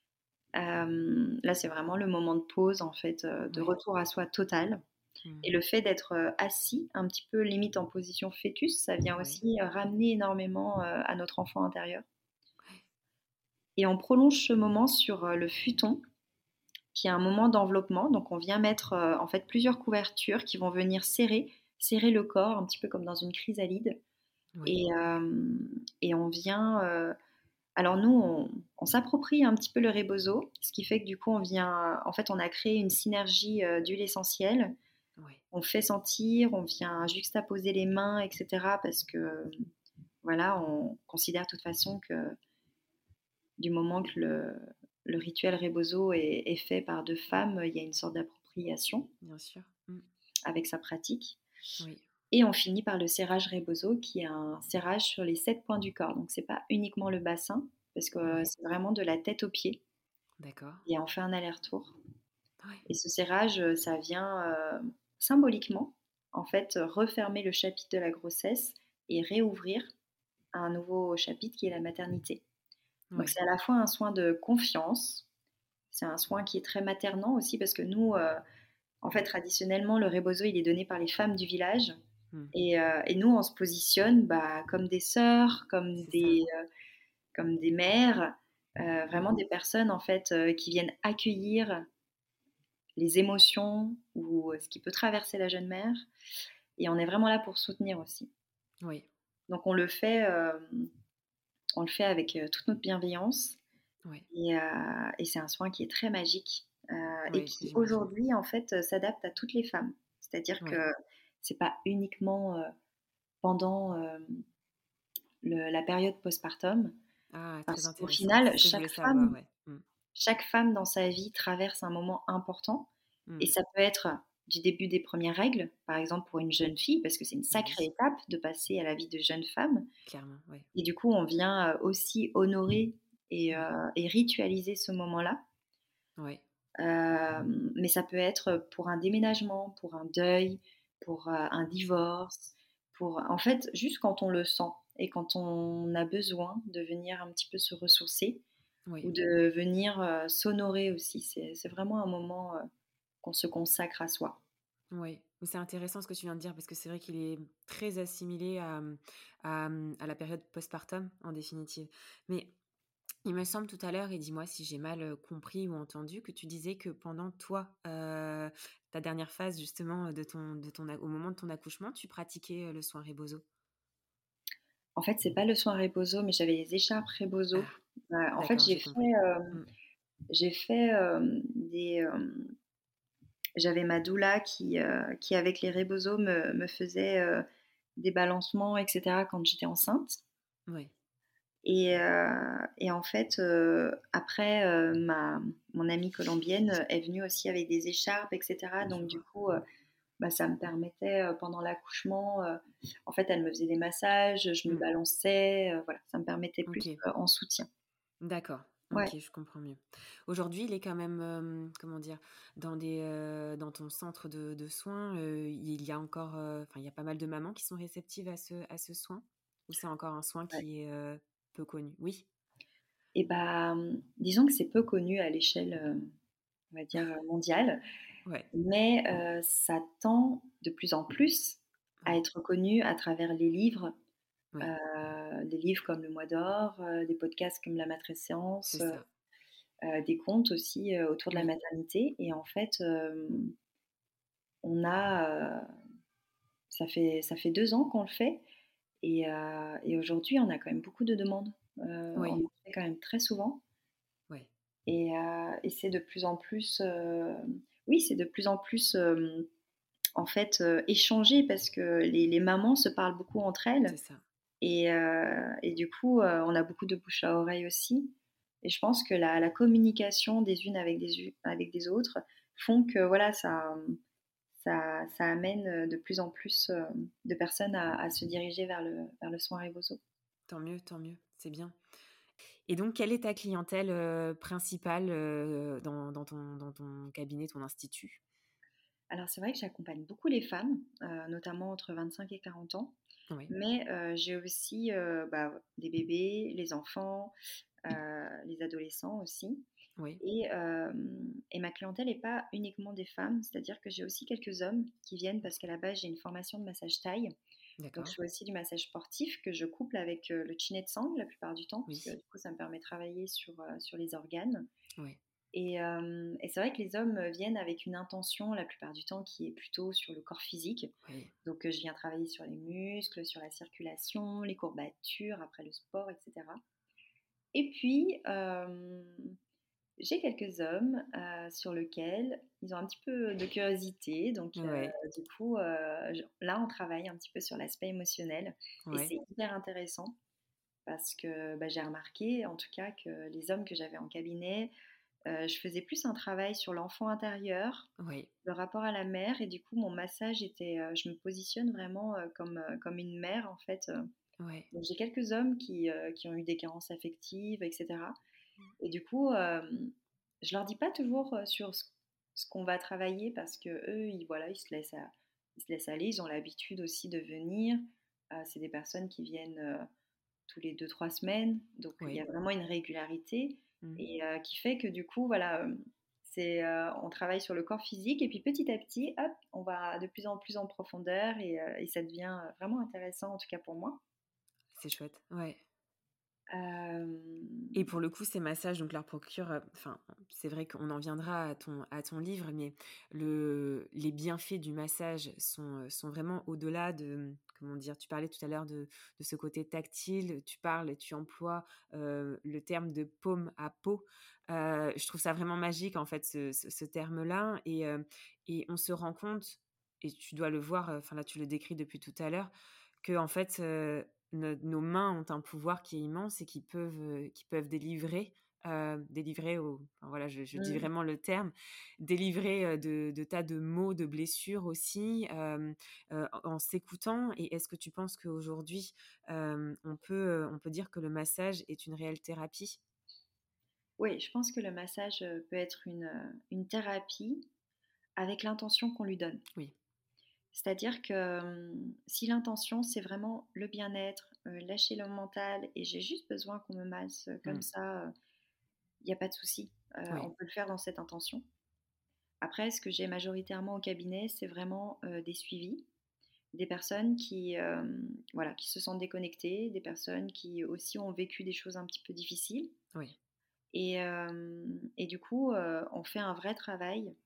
Euh, là, c'est vraiment le moment de pause, en fait, euh, de Ouais. retour à soi total. Et Mmh. le fait d'être euh, assis, un petit peu limite en position fœtus, ça vient Ouais. aussi euh, ramener énormément euh, à notre enfant intérieur. Ouais. Et on prolonge ce moment sur euh, le futon, qui est un moment d'enveloppement. Donc, on vient mettre euh, en fait plusieurs couvertures qui vont venir serrer, serrer le corps, un petit peu comme dans une chrysalide. Ouais. Et, euh, et on vient. euh, alors nous, on, on s'approprie un petit peu le rebozo, ce qui fait que du coup, on vient. En fait, on a créé une synergie euh, d'huile essentielle. Ouais. On fait sentir, on vient juxtaposer les mains, et cetera. Parce que voilà, on considère de toute façon que du moment que le, le rituel rebozo est, est fait par deux femmes, il y a une sorte d'appropriation Bien sûr. Mmh. avec sa pratique. Oui. Et on finit par le serrage rebozo, qui est un serrage sur les sept points du corps. Donc, c'est pas uniquement le bassin, parce que euh, Ouais. c'est vraiment de la tête aux pieds. D'accord. Et on fait un aller-retour. Ouais. Et ce serrage, euh, ça vient euh, symboliquement, en fait, euh, refermer le chapitre de la grossesse et réouvrir un nouveau chapitre qui est la maternité. Donc Ouais. c'est à la fois un soin de confiance, c'est un soin qui est très maternant aussi parce que nous, heu, en fait, traditionnellement, le rebozo, il est donné par les femmes du village Mmh. et heu et nous, on se positionne, bah, comme des sœurs, comme C'est ça. des, heu, comme des mères, heu, Mmh. vraiment des personnes, en fait, heu, qui viennent accueillir les émotions ou ce qui peut traverser la jeune mère et on est vraiment là pour soutenir aussi. Oui. Donc on le fait, hem, on le fait avec, heu, toute notre bienveillance Ouais. et heu et c'est un soin qui est très magique, heu et Oui, qui j'imagine. aujourd'hui, en fait, heu, s'adapte à toutes les femmes. C'est-à-dire Ouais. que c'est pas uniquement, heu, pendant, hem, le la période postpartum Ah, très parce qu'au intéressant. C'est final, ce que je voulais chaque savoir, femme ouais. Mmh. chaque femme dans sa vie traverse un moment important et Mmh. ça peut être du début des premières règles, par exemple pour une jeune fille, parce que c'est une Oui, sacrée étape de passer à la vie de jeune femme clairement, ouais. et du coup, on vient, heu, aussi honorer et Ouais. heu et ritualiser ce moment-là. Ouais. Hem, mais ça peut être pour un déménagement, pour un deuil, pour, heu, un C'est ça. divorce, pour en fait, juste quand on le sent et quand on a besoin de venir un petit peu se ressourcer Oui. ou de venir, heu, s'honorer aussi. C'est c'est vraiment un moment, heu, qu'on se consacre à soi. Oui. C'est intéressant ce que tu viens de dire parce que c'est vrai qu'il est très assimilé à, mmh, à, mmh, à la période postpartum, en définitive. Mais il me semble tout à l'heure, et dis-moi si j'ai mal, heu, compris ou entendu, que tu disais que pendant toi, heu, ta dernière phase justement, de ton de ton a au moment de ton accouchement, tu pratiquais, heu, le soin rebozo? En fait, c'est pas le soin Rebozo, mais j'avais les écharpes Rebozo. Ah, Heu, en fait, d'accord, j'ai j'ai fait, compris. hem, Mmh. j'ai fait, hem, des, hem j'avais ma doula qui, heu, qui avec les Rebozo me me faisait, heu, des balancements et cetera quand j'étais enceinte Ouais. et heu et en fait, heu, après, heu, ma mon amie colombienne est venue aussi avec des écharpes et cetera Je donc du vois. coup, heu, bah, ça me permettait, heu, pendant l'accouchement, heu, en fait, elle me faisait des massages, je me Mmh. balançais, heu, voilà, ça me permettait plus, OK. heu, en soutien. D'accord, Ouais. OK, je comprends mieux. Aujourd'hui, il est quand même, hem, comment dire? Dans des, heu, dans ton centre de de soins, heu, il y a encore, heu, enfin, il y a pas mal de mamans qui sont réceptives à ce à ce soin? Ou c'est encore un soin Ouais. qui est, heu, peu connu? Oui? Et bah, mmh, disons que c'est peu connu à l'échelle, heu, on va dire, heu, mondiale, Ouais, mais heu, ça tend de plus en plus à ouais, être connu à travers les livres, oui, heu, des livres comme Le Mois d'or, heu, des podcasts comme La c'est Matrescence, heu ça. heu, des contes aussi, heu, autour de la Oui, maternité et en fait, hem, on a, heu, ça fait ça fait deux ans qu'on le fait et heu et aujourd'hui, on a quand même beaucoup de demandes. Heu, on oui, le fait quand même très souvent. oui, Et heu et c'est de plus en plus, hem, oui, c'est de plus en plus, hem, en fait, heu, échangé parce que les les mamans se parlent beaucoup entre elles c'est ça. et heu et du coup, heu, on a beaucoup de bouche à oreille aussi et je pense que la la communication des unes avec des u avec des autres font que voilà, ça, mmh, ça ça amène, heu, de plus en plus, hem, de personnes à à se diriger vers le vers le soin Rebozo. Tant mieux, tant mieux, c'est bien. Et donc quelle est ta clientèle, heu, principale, heu, dans dans ton dans ton cabinet, ton institut? Alors c'est vrai que j'accompagne beaucoup les femmes, heu, notamment entre vingt-cinq et quarante ans. Oui, Mais heu, j'ai aussi, heu, bah, des bébés, les enfants, heu, les adolescents aussi oui, et hem et ma clientèle est pas uniquement des femmes, c'est-à-dire que j'ai aussi quelques hommes qui viennent parce qu'à la base, j'ai une formation de massage thaï. Donc je d'accord. fais aussi du massage sportif que je couple avec, heu, le Chi Tsang la plupart du temps, puisque Oui, du coup, ça me permet de travailler sur, heu, sur les organes oui, et hem et c'est vrai que les hommes, viennent avec une intention la plupart du temps qui est plutôt sur le corps physique. oui. Donc, heu, je viens travailler sur les muscles, sur la circulation, les courbatures après le sport et cetera. Et puis, hem, j'ai quelques hommes, heu, sur lequel ils ont un petit peu de curiosité. Donc, heu, Ouais, du coup, heu, je là, on travaille un petit peu sur l'aspect émotionnel et ouais, c'est hyper intéressant parce que, bah, j'ai remarqué en tout cas que les hommes que j'avais en cabinet, heu, je faisais plus un travail sur l'enfant intérieur, ouais, le rapport à la mère et du coup mon massage était, heu, je me positionne vraiment, heu, comme, heu, comme une mère en fait, heu, ouais, donc j'ai quelques hommes qui, heu, qui ont eu des carences affectives et cetera et du coup, hem, je leur dis pas toujours, heu, sur ce ce qu'on va travailler parce qu'eux, ils voilà, ils se laissent a ils se laissent aller, ils ont l'habitude aussi de venir. Heu, c'est des personnes qui viennent, heu tous les deux trois semaines. Donc il y a Oui. vraiment une régularité Mmh. et heu, qui fait que du coup, voilà, hem, c'est, heu, on travaille sur le corps physique et puis petit à petit, hop, on va de plus en plus en profondeur et heu et ça devient, heu, vraiment intéressant, en tout cas pour moi. C'est chouette, ouais. Et Hem, pour le coup, ces massages donc leur procurent, heu, enfin, c'est vrai qu'on en viendra à ton à ton livre, mais le les bienfaits du massage sont, heu, sont vraiment au-delà de, mmh, comment dire? Tu parlais tout à l'heure de de ce côté tactile, tu parles et tu emploies, heu, le terme de paume à peau. Heu, je trouve ça vraiment magique en fait ce ce ce terme-là et heu et on se rend compte et tu dois le voir, heu, enfin là tu le décris depuis tout à l'heure, qu'en fait, heu, no nos mains ont un pouvoir qui est immense et qui peuvent, heu, qui peuvent délivrer, heu, délivrer au enfin voilà, je je dis mmh. vraiment le terme, délivrer, heu, de de tas de maux, de blessures aussi, hem, heu, en en s'écoutant et est-ce que tu penses qu'aujourd'hui, hem, on peut, heu, on peut dire que le massage est une réelle thérapie? Oui, je pense que le massage, heu, peut être une, heu, une thérapie avec l'intention qu'on lui donne. Oui. C'est-à-dire que, hem, si l'intention, c'est vraiment le bien-être, heu, lâcher le mental et j'ai juste besoin qu'on me masse, heu, comme Mmh. ça, il y a pas de souci. Heu, on Oui. peut le faire dans cette intention. Après, ce que j'ai majoritairement au cabinet, c'est vraiment, heu, des suivis, des personnes qui, hem, voilà, qui se sentent déconnectées, des personnes qui aussi ont vécu des choses un petit peu difficiles Oui. et hem et du coup, heu, on fait un vrai travail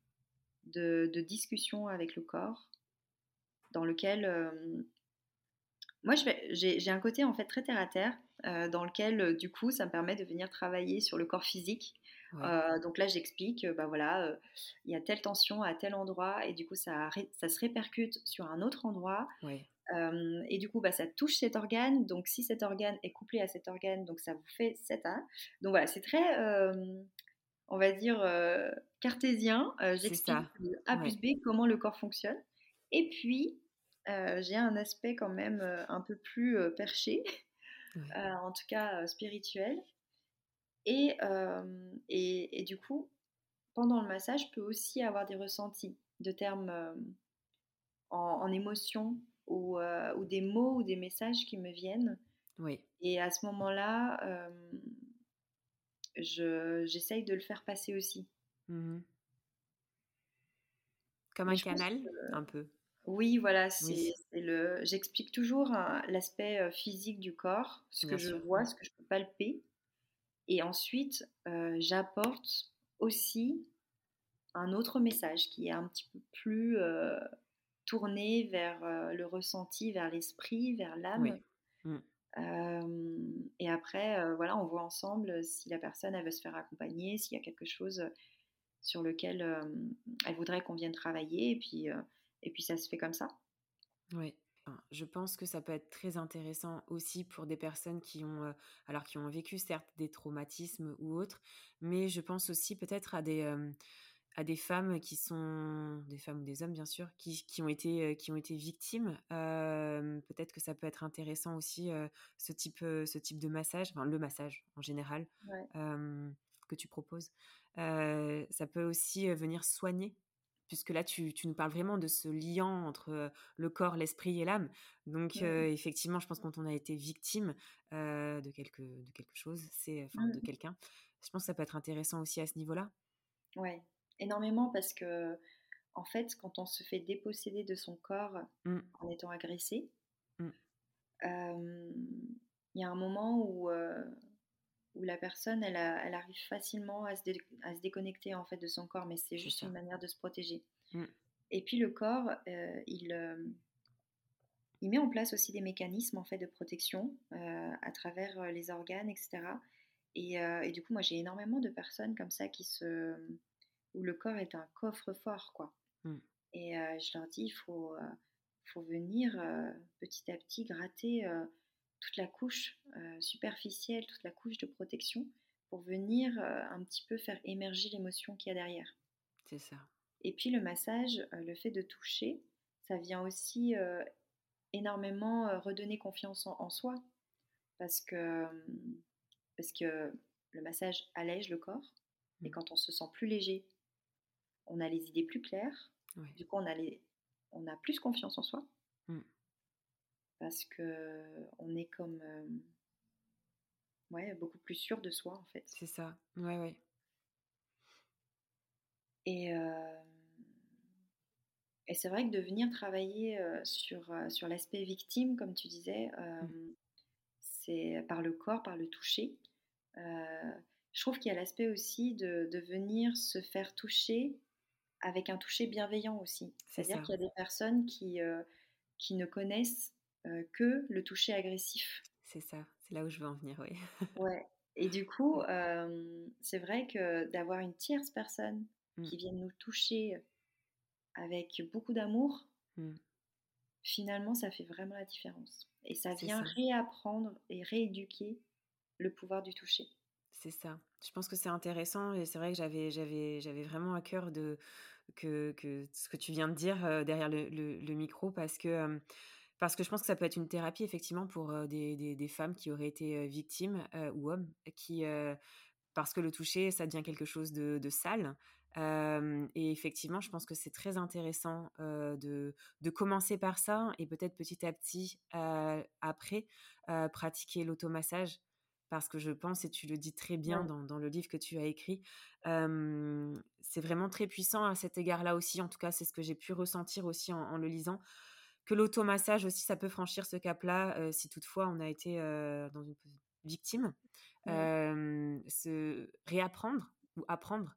de de discussion avec le corps dans lequel, hem moi, je vais j'ai j'ai un côté, en fait, très terre à terre, heu, dans lequel, heu, du coup, ça me permet de venir travailler sur le corps physique. Oui. Heu, donc là, j'explique, heu, bah, voilà, heu, il y a telle tension à tel endroit et du coup, ça ré ça se répercute sur un autre endroit. Oui. Hem et du coup, bah, ça touche cet organe. Donc si cet organe est couplé à cet organe, donc ça vous fait cet a donc voilà, c'est très, hem, on va dire, heu, cartésien. Heu, C'est j'explique ça. de A plus Ouais. B comment le corps fonctionne et puis, heu, j'ai un aspect quand même, heu, un peu plus, heu, perché, Ouais. heu, en tout cas, heu, spirituel et hem et et du coup, pendant le massage, je peux aussi avoir des ressentis de termes, hem, en en émotions ou heu, ou des mots ou des messages qui me viennent Oui. et à ce moment-là, hem, je j'essaye de le faire passer aussi Mmh. Comme mais un je pense canal? Un peu. oui, voilà, Oui, c'est c'est le j'explique toujours, heu, l'aspect, heu, physique du corps, ce que bien je sûr. vois, ce que je peux palper et ensuite, heu, j'apporte aussi un autre message qui est un petit peu plus, heu, tourné vers, heu, le ressenti, vers l'esprit, vers l'âme. Oui. Mmh. Hem et après, heu, voilà, on voit ensemble si la personne, elle veut se faire accompagner, s'il y a quelque chose, sur lequel, hem, elle voudrait qu'on vienne travailler et puis, heu et puis ça se fait comme ça. Oui. Enfin, je pense que ça peut être très intéressant aussi pour des personnes qui ont, heu, alors qui ont vécu certes des traumatismes ou autres, mais je pense aussi peut-être à des, hem, à des femmes qui sont des femmes ou des hommes bien sûr, qui qui ont été, heu, qui ont été victimes. Hem, peut-être que ça peut être intéressant aussi, heu, ce type, heu, ce type de massage, enfin le massage en général, Ouais. hem, que tu proposes. Heu, ça peut aussi, heu, venir soigner, puisque là tu tu nous parles vraiment de ce lien entre, heu, le corps, l'esprit et l'âme. Donc, Mmh. heu, effectivement, je pense quand on a été victime, heu, de quelque de quelque chose, c'est enfin de Mmh. quelqu'un, je pense que ça peut être intéressant aussi à ce niveau-là. Ouais, énormément parce que en fait, quand on se fait déposséder de son corps Mmh, en étant agressé, mmh, hem, il y a un moment où, heu, où la personne, elle a elle arrive facilement à se dé à se déconnecter, en fait, de son corps, mais c'est c'est juste une ça. manière de se protéger Mmh, et puis le corps, heu, il, hem, il met en place aussi des mécanismes, en fait, de protection, heu, à travers, heu, les organes et cetera et heu et du coup, moi, j'ai énormément de personnes comme ça qui se où le corps est un coffre-fort, quoi. mmh, Et heu, je leur dis: «Il faut, heu, faut venir, heu, petit à petit gratter, heu, toute la couche, heu, superficielle, toute la couche de protection pour venir, heu, un petit peu faire émerger l'émotion qu'il y a derrière». c'est ça. Et puis le massage, heu, le fait de toucher, ça vient aussi, heu, énormément, heu, redonner confiance en en soi parce que, hem, parce que le massage allège le corps et Mmh, quand on se sent plus léger, on a les idées plus claires. ouais. Du coup, on a les on a plus confiance en soi. Mmh, Parce que on est comme, hem, ouais, beaucoup plus sûr de soi en fait. C'est ça. Ouais, ouais. Et, euh, et c'est vrai que de venir travailler euh, sur, euh, sur l'aspect victime, comme tu disais, euh, Mmh. c'est par le corps, par le toucher. Euh, je trouve qu'il y a l'aspect aussi de, de venir se faire toucher avec un toucher bienveillant aussi. C'est C'est-à-dire ça. qu'il y a des personnes qui, euh, qui ne connaissent euh, que le toucher agressif. C'est ça. C'est là où je veux en venir, oui. Ouais. Et du coup, Ouais. euh, c'est vrai que d'avoir une tierce personne Mmh. qui vienne nous toucher avec beaucoup d'amour, Mmh. finalement, ça fait vraiment la différence. Et ça C'est vient ça. réapprendre et rééduquer le pouvoir du toucher. C'est ça. Je pense que c'est intéressant et c'est vrai que j'avais j'avais j'avais vraiment à cœur de que que ce que tu viens de dire, heu, derrière le le le micro parce que, hem, parce que je pense que ça peut être une thérapie effectivement pour, heu, des des des femmes qui auraient été, heu, victimes, heu, ou hommes qui, heu parce que le toucher, ça devient quelque chose de de sale, hem et effectivement, je pense que c'est très intéressant, heu, de de commencer par ça et peut-être petit à petit, heu, après, heu, pratiquer l'automassage. Parce que je pense et tu le dis très bien Ouais. dans dans le livre que tu as écrit, hem, c'est vraiment très puissant à cet égard-là aussi. En tout cas, c'est ce que j'ai pu ressentir aussi en en le lisant, que l'automassage aussi, ça peut franchir ce cap-là, heu, si toutefois on a été, heu, dans une p victime. Oui. Hem, se réapprendre ou apprendre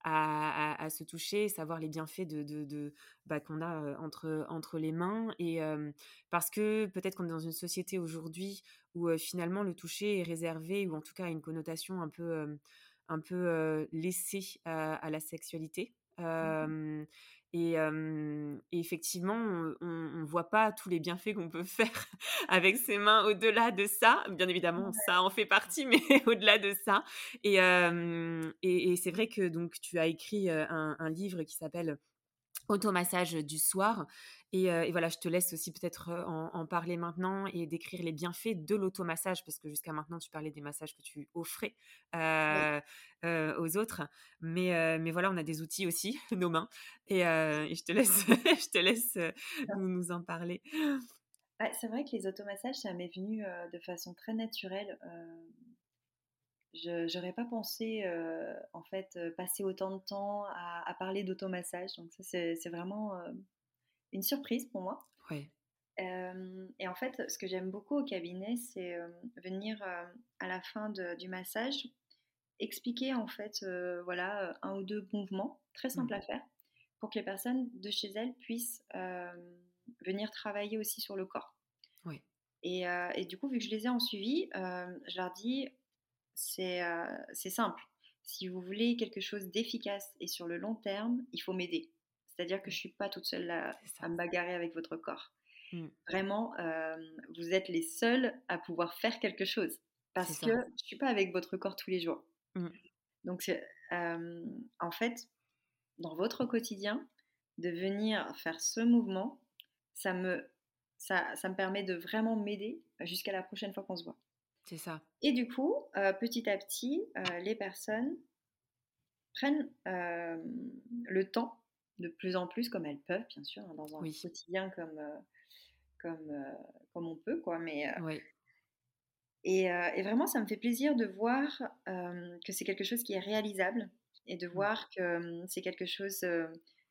à à à se toucher, savoir les bienfaits de de de bah, qu'on a, heu, entre entre les mains et hem, parce que peut-être qu'on est dans une société aujourd'hui où, heu, finalement le toucher est réservé ou en tout cas a une connotation un peu, hem, un peu, heu, laissée à à la sexualité. Mhm. Hem et hem et effectivement, on on on voit pas tous les bienfaits qu'on peut faire avec ses mains au-delà de ça. Bien évidemment, ça en fait partie, mais au-delà de ça et hem et et c'est vrai que donc tu as écrit, heu, un un livre qui s'appelle Automassage du soir et heu et voilà, je te laisse aussi peut-être, heu, en en parler maintenant et décrire les bienfaits de l'automassage parce que jusqu'à maintenant tu parlais des massages que tu offrais, Oui. heu heu, aux autres. Mais heu, mais voilà, on a des outils aussi, nos mains et heu et je te laisse je te laisse, heu, nous nous en parler. Ah, c'est vrai que les automassages, ça m'est venu euh, de façon très naturelle. Euh, je n'aurais pas pensé, euh, en fait, euh, passer autant de temps à, à parler d'automassage. Donc ça, c'est c'est vraiment euh, une surprise pour moi. Ouais. Euh, et en fait, ce que j'aime beaucoup au cabinet, c'est euh, venir euh, à la fin de- du massage, expliquer en fait, euh, voilà, euh, un ou deux mouvements très Mmh. simples à faire pour que les personnes de chez elles puissent euh, venir travailler aussi sur le corps. Ouais. Et, euh, et du coup, vu que je les ai en suivi, euh, je leur dis, c'est euh, c'est simple. Si vous voulez quelque chose d'efficace et sur le long terme, il faut m'aider. C'est-à-dire que je Mmh. ne suis pas toute seule à, C'est à ça. me bagarrer avec votre corps. Mmh. Vraiment, euh, vous êtes les seuls à pouvoir faire quelque chose. C'est Parce que ça. je ne suis pas avec votre corps tous les jours. Mmh. Donc, c'est, euh, en fait, dans votre quotidien, de venir faire ce mouvement, ça me, ça, ça me permet de vraiment m'aider jusqu'à la prochaine fois qu'on se voit. C'est ça. Et du coup, euh, petit à petit, euh, les personnes prennent euh, le temps, de plus en plus, comme elles peuvent, bien sûr, hein, dans un Oui. quotidien comme, euh, comme, euh, comme on peut, quoi. Mais, euh, Oui. et, euh, et vraiment, ça me fait plaisir de voir euh, que c'est quelque chose qui est réalisable et de Mmh. voir que euh, c'est quelque chose euh,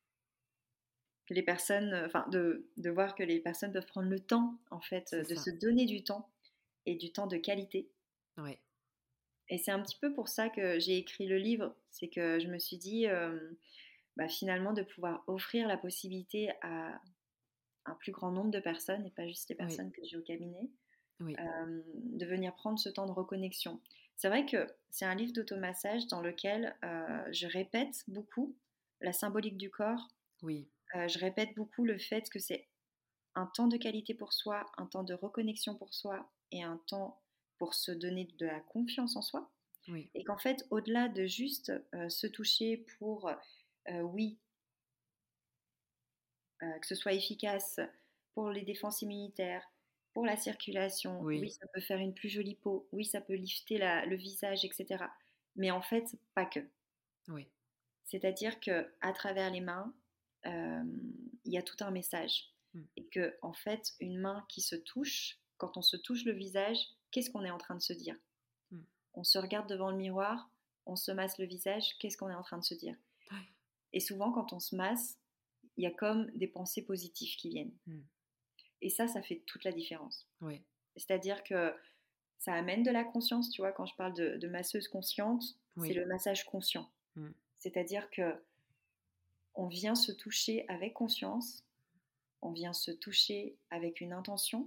que les personnes, euh, enfin, de, de voir que les personnes peuvent prendre le temps, en fait, C'est euh, de ça. se donner du temps et du temps de qualité. Ouais. Et c'est un petit peu pour ça que j'ai écrit le livre. C'est que je me suis dit, euh, bah, finalement, de pouvoir offrir la possibilité à un plus grand nombre de personnes, et pas juste les Oui. personnes que j'ai au cabinet, Oui. euh, de venir prendre ce temps de reconnexion. C'est vrai que c'est un livre d'automassage dans lequel euh, je répète beaucoup la symbolique du corps. Oui. Euh, je répète beaucoup le fait que c'est un temps de qualité pour soi, un temps de reconnexion pour soi et un temps pour se donner de la confiance en soi. Oui. Et qu'en fait, au-delà de juste euh, se toucher pour, euh, oui, euh, que ce soit efficace pour les défenses immunitaires, pour la circulation, oui, Oui. ça peut faire une plus jolie peau, oui, ça peut lifter la- le visage, et cetera. Mais en fait, pas que. Oui. C'est-à-dire que à travers les mains, euh, il y a tout un message. Mmh. Et que, en fait, une main qui se touche, quand on se touche le visage, qu'est-ce qu'on est en train de se dire? Mmh. on se regarde devant le miroir, on se masse le visage, qu'est-ce qu'on est en train de se dire? Ouais. Et souvent, quand on se masse, il y a comme des pensées positives qui viennent. Mmh. Et ça, ça fait toute la différence. Ouais. C'est-à-dire que ça amène de la conscience, tu vois, quand je parle de, de masseuse consciente, c'est Oui. le massage conscient. Mmh. C'est-à-dire que on vient se toucher avec conscience, on vient se toucher avec une intention,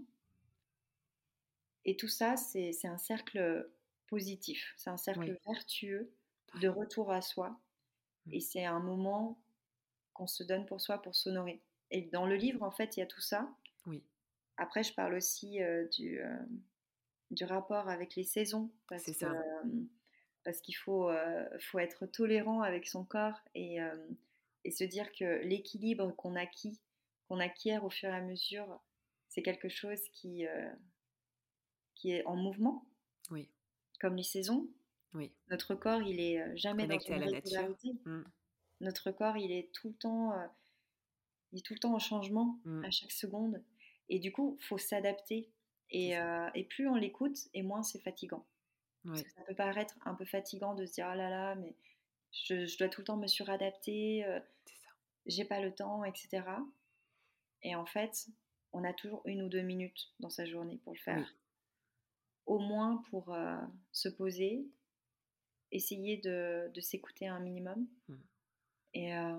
et tout ça, c'est, c'est un cercle positif, c'est un cercle Oui. vertueux de Ouais. retour à soi, Mmh. et c'est un moment qu'on se donne pour soi, pour s'honorer. Et dans le livre, en fait, il y a tout ça. Oui. Après, je parle aussi euh, du, euh, du rapport avec les saisons, parce C'est que ça. euh, parce qu'il faut, euh, faut être tolérant avec son corps, et, euh, et se dire que l'équilibre qu'on acquit, qu'on acquiert au fur et à mesure, c'est quelque chose qui, euh, qui est en mouvement, Oui. comme les saisons. Oui. Notre corps, il est euh, jamais dans Connecté à une la nature. régularité. Mmh. Notre corps, il est tout le temps, euh, il est tout le temps en changement Mmh. à chaque seconde. Et du coup, il faut s'adapter. C'est Et, ça. euh, et plus on l'écoute, et moins c'est fatigant. Parce Ouais. que ça peut paraître un peu fatigant de se dire, ah là là, mais je, je dois tout le temps me suradapter, euh, C'est ça. j'ai pas le temps, et cetera. Et en fait, on a toujours une ou deux minutes dans sa journée pour le Oui. faire. Au moins pour euh, se poser, essayer de, de s'écouter un minimum. Mmh. Et, euh,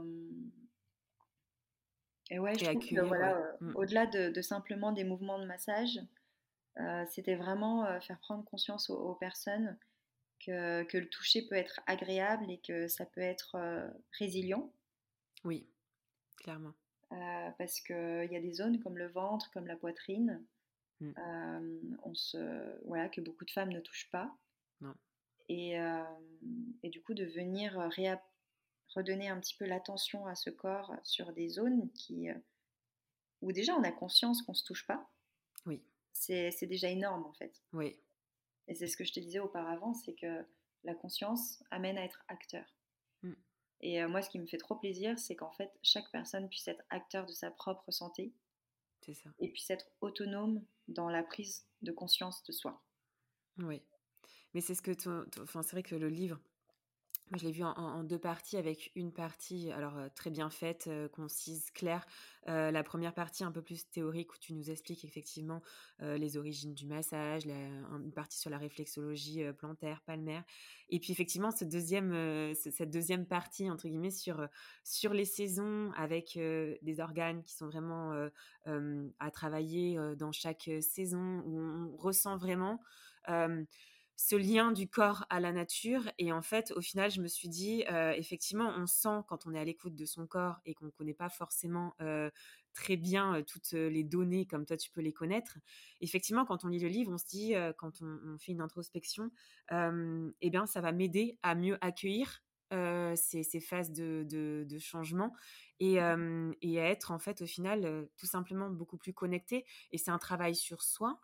et ouais, je Et trouve que accueillir, voilà, ouais. euh, Mmh. au-delà de, de simplement des mouvements de massage, euh, c'était vraiment euh, faire prendre conscience aux, aux personnes que, que le toucher peut être agréable et que ça peut être euh, résilient. Oui, clairement. Euh, parce qu'il y a des zones comme le ventre, comme la poitrine, Mmh. euh, on se, voilà, que beaucoup de femmes ne touchent pas. Non. Et, euh, et du coup, de venir réa- redonner un petit peu l'attention à ce corps sur des zones qui, euh, où déjà on a conscience qu'on ne se touche pas, Oui. c'est, c'est déjà énorme en fait. Oui. Et c'est ce que je te disais auparavant, c'est que la conscience amène à être acteur. Mmh. Et euh, moi, ce qui me fait trop plaisir, c'est qu'en fait, chaque personne puisse être acteur de sa propre santé C'est ça. et puisse être autonome dans la prise de conscience de soi. Oui. Mais c'est ce que ton, ton- enfin, c'est vrai que le livre, moi, je l'ai vu en, en- en deux parties, avec une partie alors euh, très bien faite, euh, concise, claire. Euh, la première partie un peu plus théorique où tu nous expliques effectivement euh, les origines du massage, la- un- une partie sur la réflexologie euh, plantaire, palmaire. Et puis effectivement, ce deuxième, euh, ce- cette deuxième partie, entre guillemets, sur, euh, sur les saisons, avec euh, des organes qui sont vraiment euh, euh, à travailler euh, dans chaque euh, saison, où on ressent vraiment... euh, ce lien du corps à la nature. Et en fait, au final, je me suis dit, euh, effectivement, on sent quand on est à l'écoute de son corps et qu'on ne connaît pas forcément euh, très bien euh, toutes euh, les données comme toi, tu peux les connaître. Effectivement, quand on lit le livre, on se dit, euh, quand on, on fait une introspection, euh, eh bien, ça va m'aider à mieux accueillir euh, ces, ces phases de, de, de changement et, euh, et à être en fait au final euh, tout simplement beaucoup plus connecté. Et c'est un travail sur soi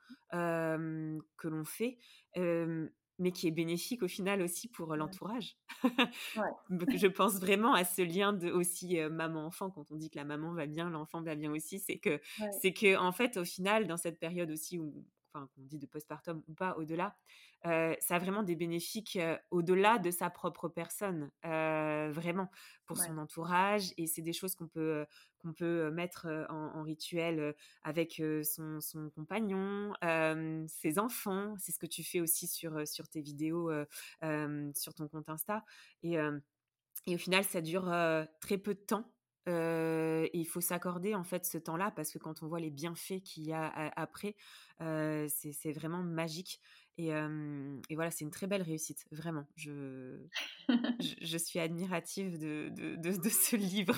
euh, que l'on fait, euh, mais qui est bénéfique au final aussi pour l'entourage. Ouais, Donc, je pense vraiment à ce lien de aussi euh, maman-enfant. Quand on dit que la maman va bien, l'enfant va bien aussi, c'est que, ouais, c'est que en fait, au final, dans cette période aussi où, enfin, qu'on dit de postpartum ou pas, au-delà, euh, ça a vraiment des bénéfiques euh, au-delà de sa propre personne, euh, vraiment pour ouais, son entourage. Et c'est des choses qu'on peut euh, qu'on peut mettre euh, en, en rituel euh, avec euh, son, son compagnon, euh, ses enfants. C'est ce que tu fais aussi sur euh, sur tes vidéos, euh, euh, sur ton compte Insta. Et euh, et au final, ça dure euh, très peu de temps. Euh, et il faut s'accorder en fait ce temps-là, parce que quand on voit les bienfaits qu'il y a a- après, euh, c'est, c'est vraiment magique. Et, euh, et voilà, c'est une très belle réussite, vraiment. Je, je, je suis admirative de, de, de, de ce livre,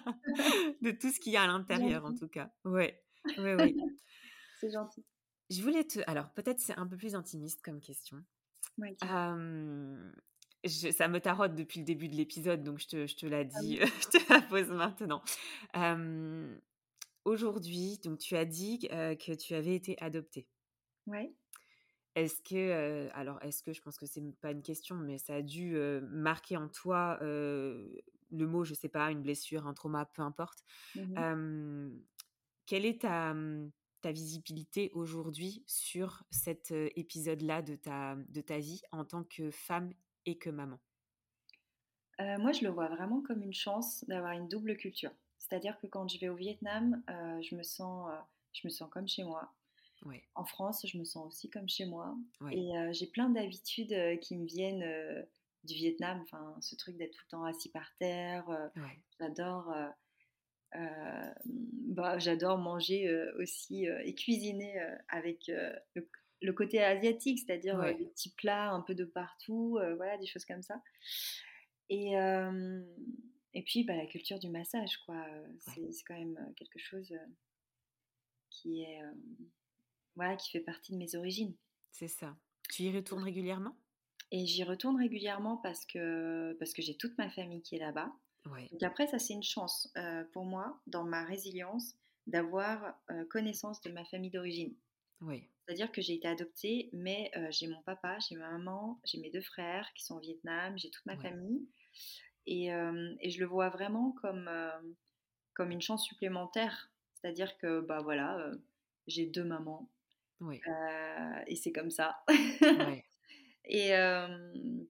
de tout ce qu'il y a à c'est l'intérieur en gentil. tout cas. Ouais, ouais, ouais. C'est gentil. Je voulais te... Alors peut-être c'est un peu plus intimiste comme question. Ouais, dis-moi. Hem, je ça me taraude depuis le début de l'épisode, donc je te je te la Ah dis, oui. je te la pose maintenant. Hem, Aujourd'hui, donc tu as dit q que tu avais été adoptée. Ouais. Est-ce que, heu, alors est-ce que, je pense que c'est m pas une question, mais ça a dû, heu, marquer en toi, heu, le mot, je sais pas, une blessure, un trauma, peu importe. Mhm. Hem, Quelle est ta, mmh ta visibilité aujourd'hui sur cet euh, épisode-là de ta, de ta vie en tant que femme et que maman? Heu, moi, je le vois vraiment comme une chance d'avoir une double culture. C'est-à-dire que quand je vais au Vietnam, heu, je me sens, heu, je me sens comme chez moi. Ouais, En France, je me sens aussi comme chez moi ouais, et heu, j'ai plein d'habitudes, heu, qui me viennent, heu, du Vietnam. Enfin, ce truc d'être tout le temps assis par terre, heu, ouais, j'adore, heu, hem, bah, j'adore manger, heu, aussi, heu et cuisiner, heu, avec, heu, le le côté asiatique, c'est-à-dire, heu, ouais, des petits plats un peu de partout, heu, voilà, des choses comme ça. Et hem et puis, bah, la culture du massage, quoi, heu, ouais, c'est c'est quand même, heu, quelque chose, heu, qui est, hem, voilà, qui fait partie de mes origines. c'est ça. Tu y retournes régulièrement? Et j'y retourne régulièrement parce que parce que j'ai toute ma famille qui est là-bas. Ouais, Donc après ça, c'est une chance, heu, pour moi, dans ma résilience, d'avoir, heu, connaissance de ma famille d'origine. ouais, C'est-à-dire que j'ai été adoptée, mais heu, j'ai mon papa, j'ai ma maman, j'ai mes deux frères qui sont au Vietnam, j'ai toute ma ouais, famille et hem et je le vois vraiment comme, hem, comme une chance supplémentaire. C'est-à-dire que, bah, voilà, heu, j'ai deux mamans, ouais, heu et c'est comme ça. ouais, Et hem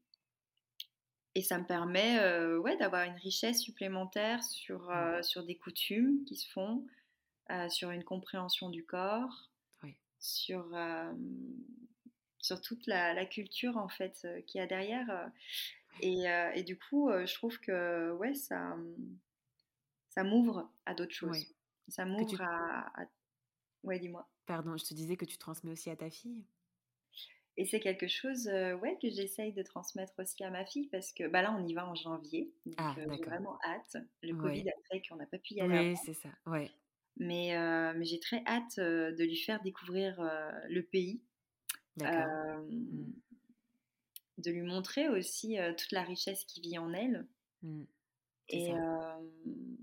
Et ça me permet, heu, ouais, d'avoir une richesse supplémentaire sur, mmh, heu, sur des coutumes qui se font, heu, sur une compréhension du corps, ouais, sur, hem, sur toute la la culture en fait, heu, qu'il y a derrière, heu et heu et du coup, heu, je trouve que, ouais, ça, mmh, ça m'ouvre à d'autres ouais. choses. Ça Que m'ouvre tu à à ouais, dis-moi? Pardon, je te disais que tu transmets aussi à ta fille? Et c'est quelque chose, heu, ouais, que j'essaye de transmettre aussi à ma fille parce que, bah, là, on y va en janvier, donc Ah heu, j'ai d'accord. vraiment hâte. Le covid Ouais. a fait qu'on n'a pas pu y aller Oui, avant. c'est ça. Ouais. Mais, heu, mais j'ai très hâte, heu, de lui faire découvrir, heu, le pays, D'accord. hem, Mmh. de lui montrer aussi, heu, toute la richesse qui vit en elle Mmh. C'est et ça. hem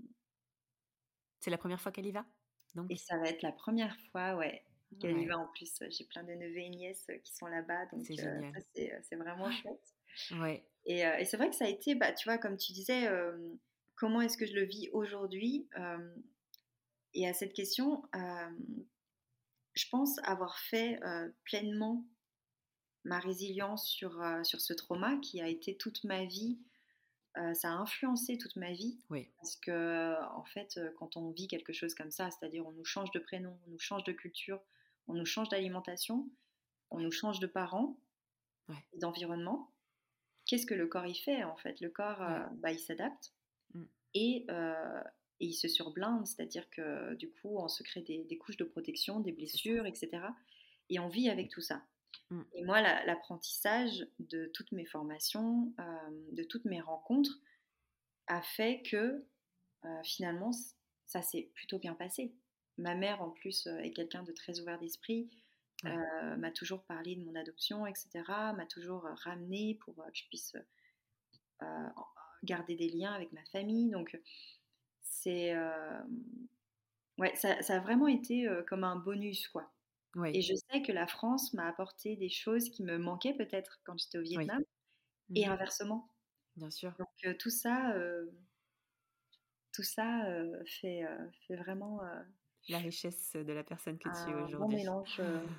C'est la première fois qu'elle y va? et Donc? ça va être la première fois, ouais, qu'elle y Ouais, va en plus, j'ai plein de neveux et nièces, heu, qui sont là-bas donc c'est heu, ça génial. c'est, heu, c'est vraiment chouette Ouais, et heu et c'est vrai que ça a été, bah, tu vois, comme tu disais, hem, comment est-ce que je le vis aujourd'hui? Hem et à cette question, hem, je pense avoir fait, heu, pleinement ma résilience sur, heu, sur ce trauma qui a été toute ma vie, heu, ça a influencé toute ma vie oui, parce que, en fait, heu, quand on vit quelque chose comme ça, c'est-à-dire on nous change de prénom, on nous change de culture, on nous change d'alimentation, on nous ouais, change de parents ouais, et d'environnement. Qu'est-ce que le corps y fait, en fait? Le corps, heu, ouais. bah, il s'adapte Mmh. et heu et il se surblinde, c'est-à-dire que, du coup, on se crée des des couches de protection, des C'est ça. blessures et cetera et on vit avec tout ça. Mmh. Et moi, la- l'apprentissage de toutes mes formations, euh, de toutes mes rencontres, a fait que euh, finalement, c- ça s'est plutôt bien passé. Ma mère, en plus, euh, est quelqu'un de très ouvert d'esprit, Ouais, euh, m'a toujours parlé de mon adoption, et cetera, m'a toujours euh, ramené pour euh, que je puisse euh, garder des liens avec ma famille. Donc, c'est, euh, ouais, ça, ça a vraiment été euh, comme un bonus, quoi. Et ouais, je sais que la France m'a apporté des choses qui me manquaient peut-être quand j'étais au oui. Vietnam. Et Mmh. inversement. Bien sûr. Donc heu, tout ça, heu, tout ça, heu, fait, heu, fait vraiment, heu, La richesse de la personne que tu es un bon aujourd'hui. mélange, heu,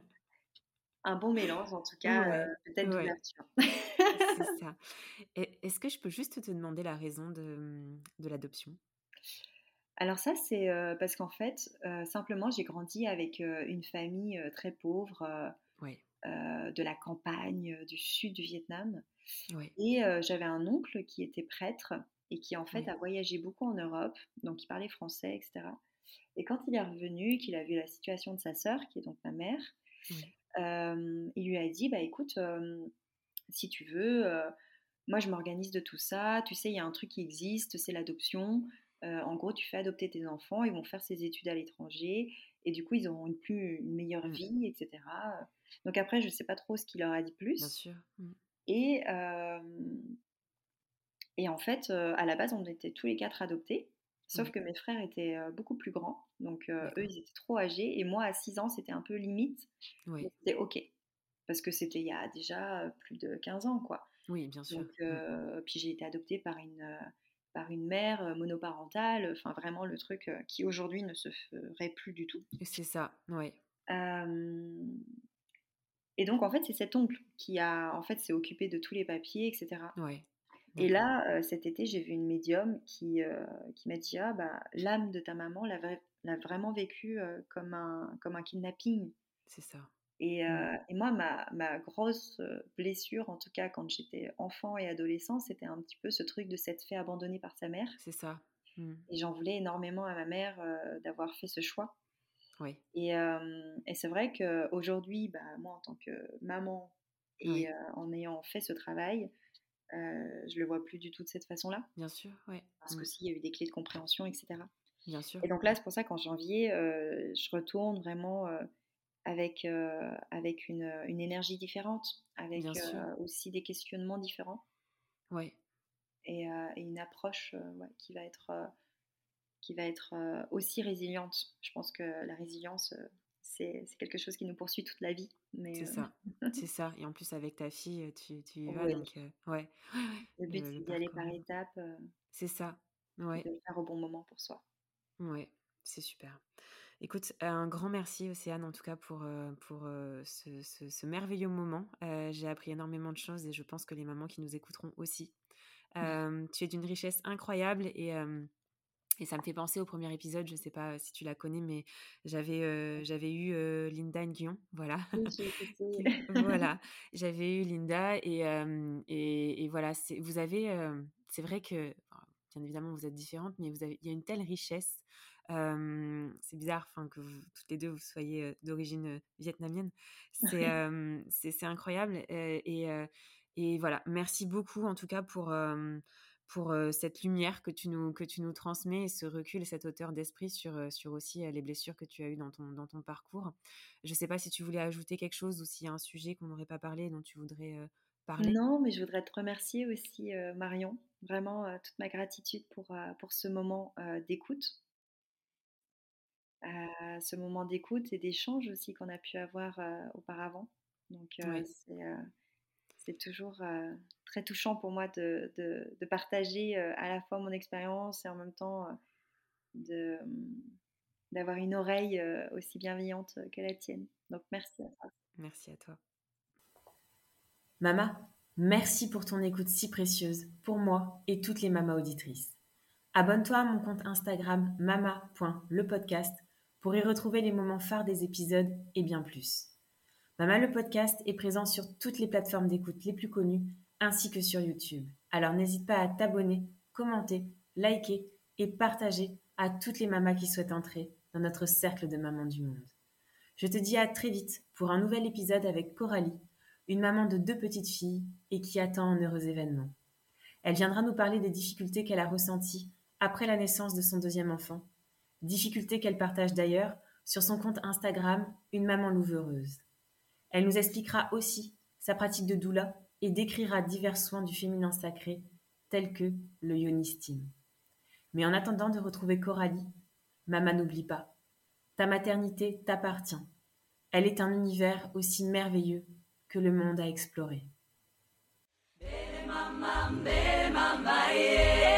un bon mélange en tout cas, Ouais, heu, peut-être ouais, d'ouverture. c'est ça. Et est-ce que je peux juste te demander la raison de, mmh, de l'adoption? Alors ça, c'est, heu, parce qu'en fait, heu, simplement j'ai grandi avec, heu, une famille, heu, très pauvre, heu Ouais, heu, de la campagne, heu, du sud du Vietnam ouais, et heu, j'avais un oncle qui était prêtre et qui en fait ouais, a voyagé beaucoup en Europe, donc il parlait français et cetera et quand il est revenu, qu'il a vu la situation de sa sœur, qui est donc ma mère, ouais, Hem, il lui a dit: «Bah, écoute, hem, si tu veux, heu, moi je m'organise de tout ça. Tu sais, il y a un truc qui existe, c'est l'adoption. Heu, en gros, tu fais adopter tes enfants, ils vont faire ses études à l'étranger et du coup, ils auront une plus une meilleure mmh, vie et cetera», donc après, je sais pas trop ce qu'il leur a dit bien plus sûr. Mmh, et hem et en fait, heu, à la base, on était tous les quatre adoptés, sauf ouais, que mes frères étaient, heu, beaucoup plus grands, donc heu, eux, d'accord. ils étaient trop âgés et moi, à six ans, c'était un peu limite, mais Ouais, c'était OK. Parce que c'était il y a déjà, heu, plus de quinze ans, quoi. oui, bien sûr. Donc Mmh, heu, puis j'ai été adoptée par une, heu, par une mère euh, monoparentale, enfin vraiment le truc euh, qui aujourd'hui ne se ferait plus du tout. Et c'est ça, ouais. Euh, et donc en fait c'est cet oncle qui a en fait s'est occupé de tous les papiers, et cetera. Ouais. Et D'accord. là euh, cet été j'ai vu une médium qui, euh, qui m'a dit ah bah l'âme de ta maman l'a, vra- l'a vraiment vécu euh, comme un, comme un kidnapping. C'est ça. Et, Mm. euh, et moi, ma, ma grosse euh, blessure, en tout cas quand j'étais enfant et adolescent, c'était un petit peu ce truc de s'être fait abandonner par sa mère. C'est ça. Mm. Et j'en voulais énormément à ma mère euh, d'avoir fait ce choix. Oui. Et, euh, et c'est vrai qu'aujourd'hui, bah, moi en tant que maman et Oui. euh, en ayant fait ce travail, euh, je le vois plus du tout de cette façon-là. Bien sûr, ouais. Parce Mm. qu'aussi, il y a eu des clés de compréhension, et cetera. Bien sûr. Et donc là, c'est pour ça qu'en janvier, euh, je retourne vraiment euh, avec, euh, avec une, une énergie différente, Bien avec sûr. euh, aussi des questionnements différents Ouais. et, euh, et une approche euh, ouais, qui va être, euh, qui va être euh, aussi résiliente. Je pense que la résilience, euh, c'est, c'est quelque chose qui nous poursuit toute la vie. Mais C'est euh, ça. C'est ça. Et en plus, avec ta fille, euh, tu, tu y vas. oui, Donc, euh, ouais. Ouais, ouais. le but, Le, le c'est d'y aller parcours. par euh, étapes euh, C'est ça. et Ouais. de le faire au bon moment pour soi. Ouais. C'est super. Écoute, un grand merci Océane en tout cas pour, euh, pour euh, ce, ce- ce merveilleux moment. Euh, j'ai appris énormément de choses et je pense que les mamans qui nous écouteront aussi. Euh, tu es d'une richesse incroyable et, euh, et ça me fait penser au premier épisode, je ne sais pas si tu la connais, mais j'avais euh, j'avais eu euh, Linda Nguyen, voilà. Oui, j'ai écouté. Qui- voilà, j'avais eu Linda et, euh, et, et voilà, c'est, vous avez, euh, c'est vrai que, enfin, bien évidemment, vous êtes différentes, mais vous avez, il y a une telle richesse. Euh, c'est bizarre, enfin, que vous, toutes les deux vous soyez euh, d'origine euh, vietnamienne. C'est, euh, c'est, c'est incroyable euh, et, euh, et voilà. Merci beaucoup en tout cas pour euh, pour euh, cette lumière que tu nous que tu nous transmets et ce recul et cette hauteur d'esprit sur euh, sur aussi euh, les blessures que tu as eues dans ton dans ton parcours. Je ne sais pas si tu voulais ajouter quelque chose ou s'il y a un sujet qu'on n'aurait pas parlé et dont tu voudrais euh, parler. Non, mais je voudrais te remercier aussi, euh, Marion. Vraiment, euh, toute ma gratitude pour, euh, pour ce moment euh, d'écoute. Euh, ce moment d'écoute et d'échange aussi qu'on a pu avoir euh, auparavant. Donc, euh, Oui, c'est euh, c'est toujours euh, très touchant pour moi de, de, de partager euh, à la fois mon expérience et en même temps euh, de, d'avoir une oreille euh, aussi bienveillante que la tienne. Donc, merci à toi. merci à toi. Mama, merci pour ton écoute si précieuse pour moi et toutes les mamas auditrices. Abonne-toi à mon compte Instagram mama point le podcast pour y retrouver les moments phares des épisodes et bien plus. Mama le podcast est présent sur toutes les plateformes d'écoute les plus connues ainsi que sur YouTube. Alors n'hésite pas à t'abonner, commenter, liker et partager à toutes les mamas qui souhaitent entrer dans notre cercle de mamans du monde. Je te dis à très vite pour un nouvel épisode avec Coralie, une maman de deux petites filles et qui attend un heureux événement. Elle viendra nous parler des difficultés qu'elle a ressenties après la naissance de son deuxième enfant, difficultés qu'elle partage d'ailleurs sur son compte Instagram Une maman louveuse. Elle nous expliquera aussi sa pratique de doula et décrira divers soins du féminin sacré tels que le yonistim. Mais en attendant de retrouver Coralie, Mama n'oublie pas, ta maternité t'appartient. Elle est un univers aussi merveilleux que le monde à explorer. Bele mama, bele mama, yeah.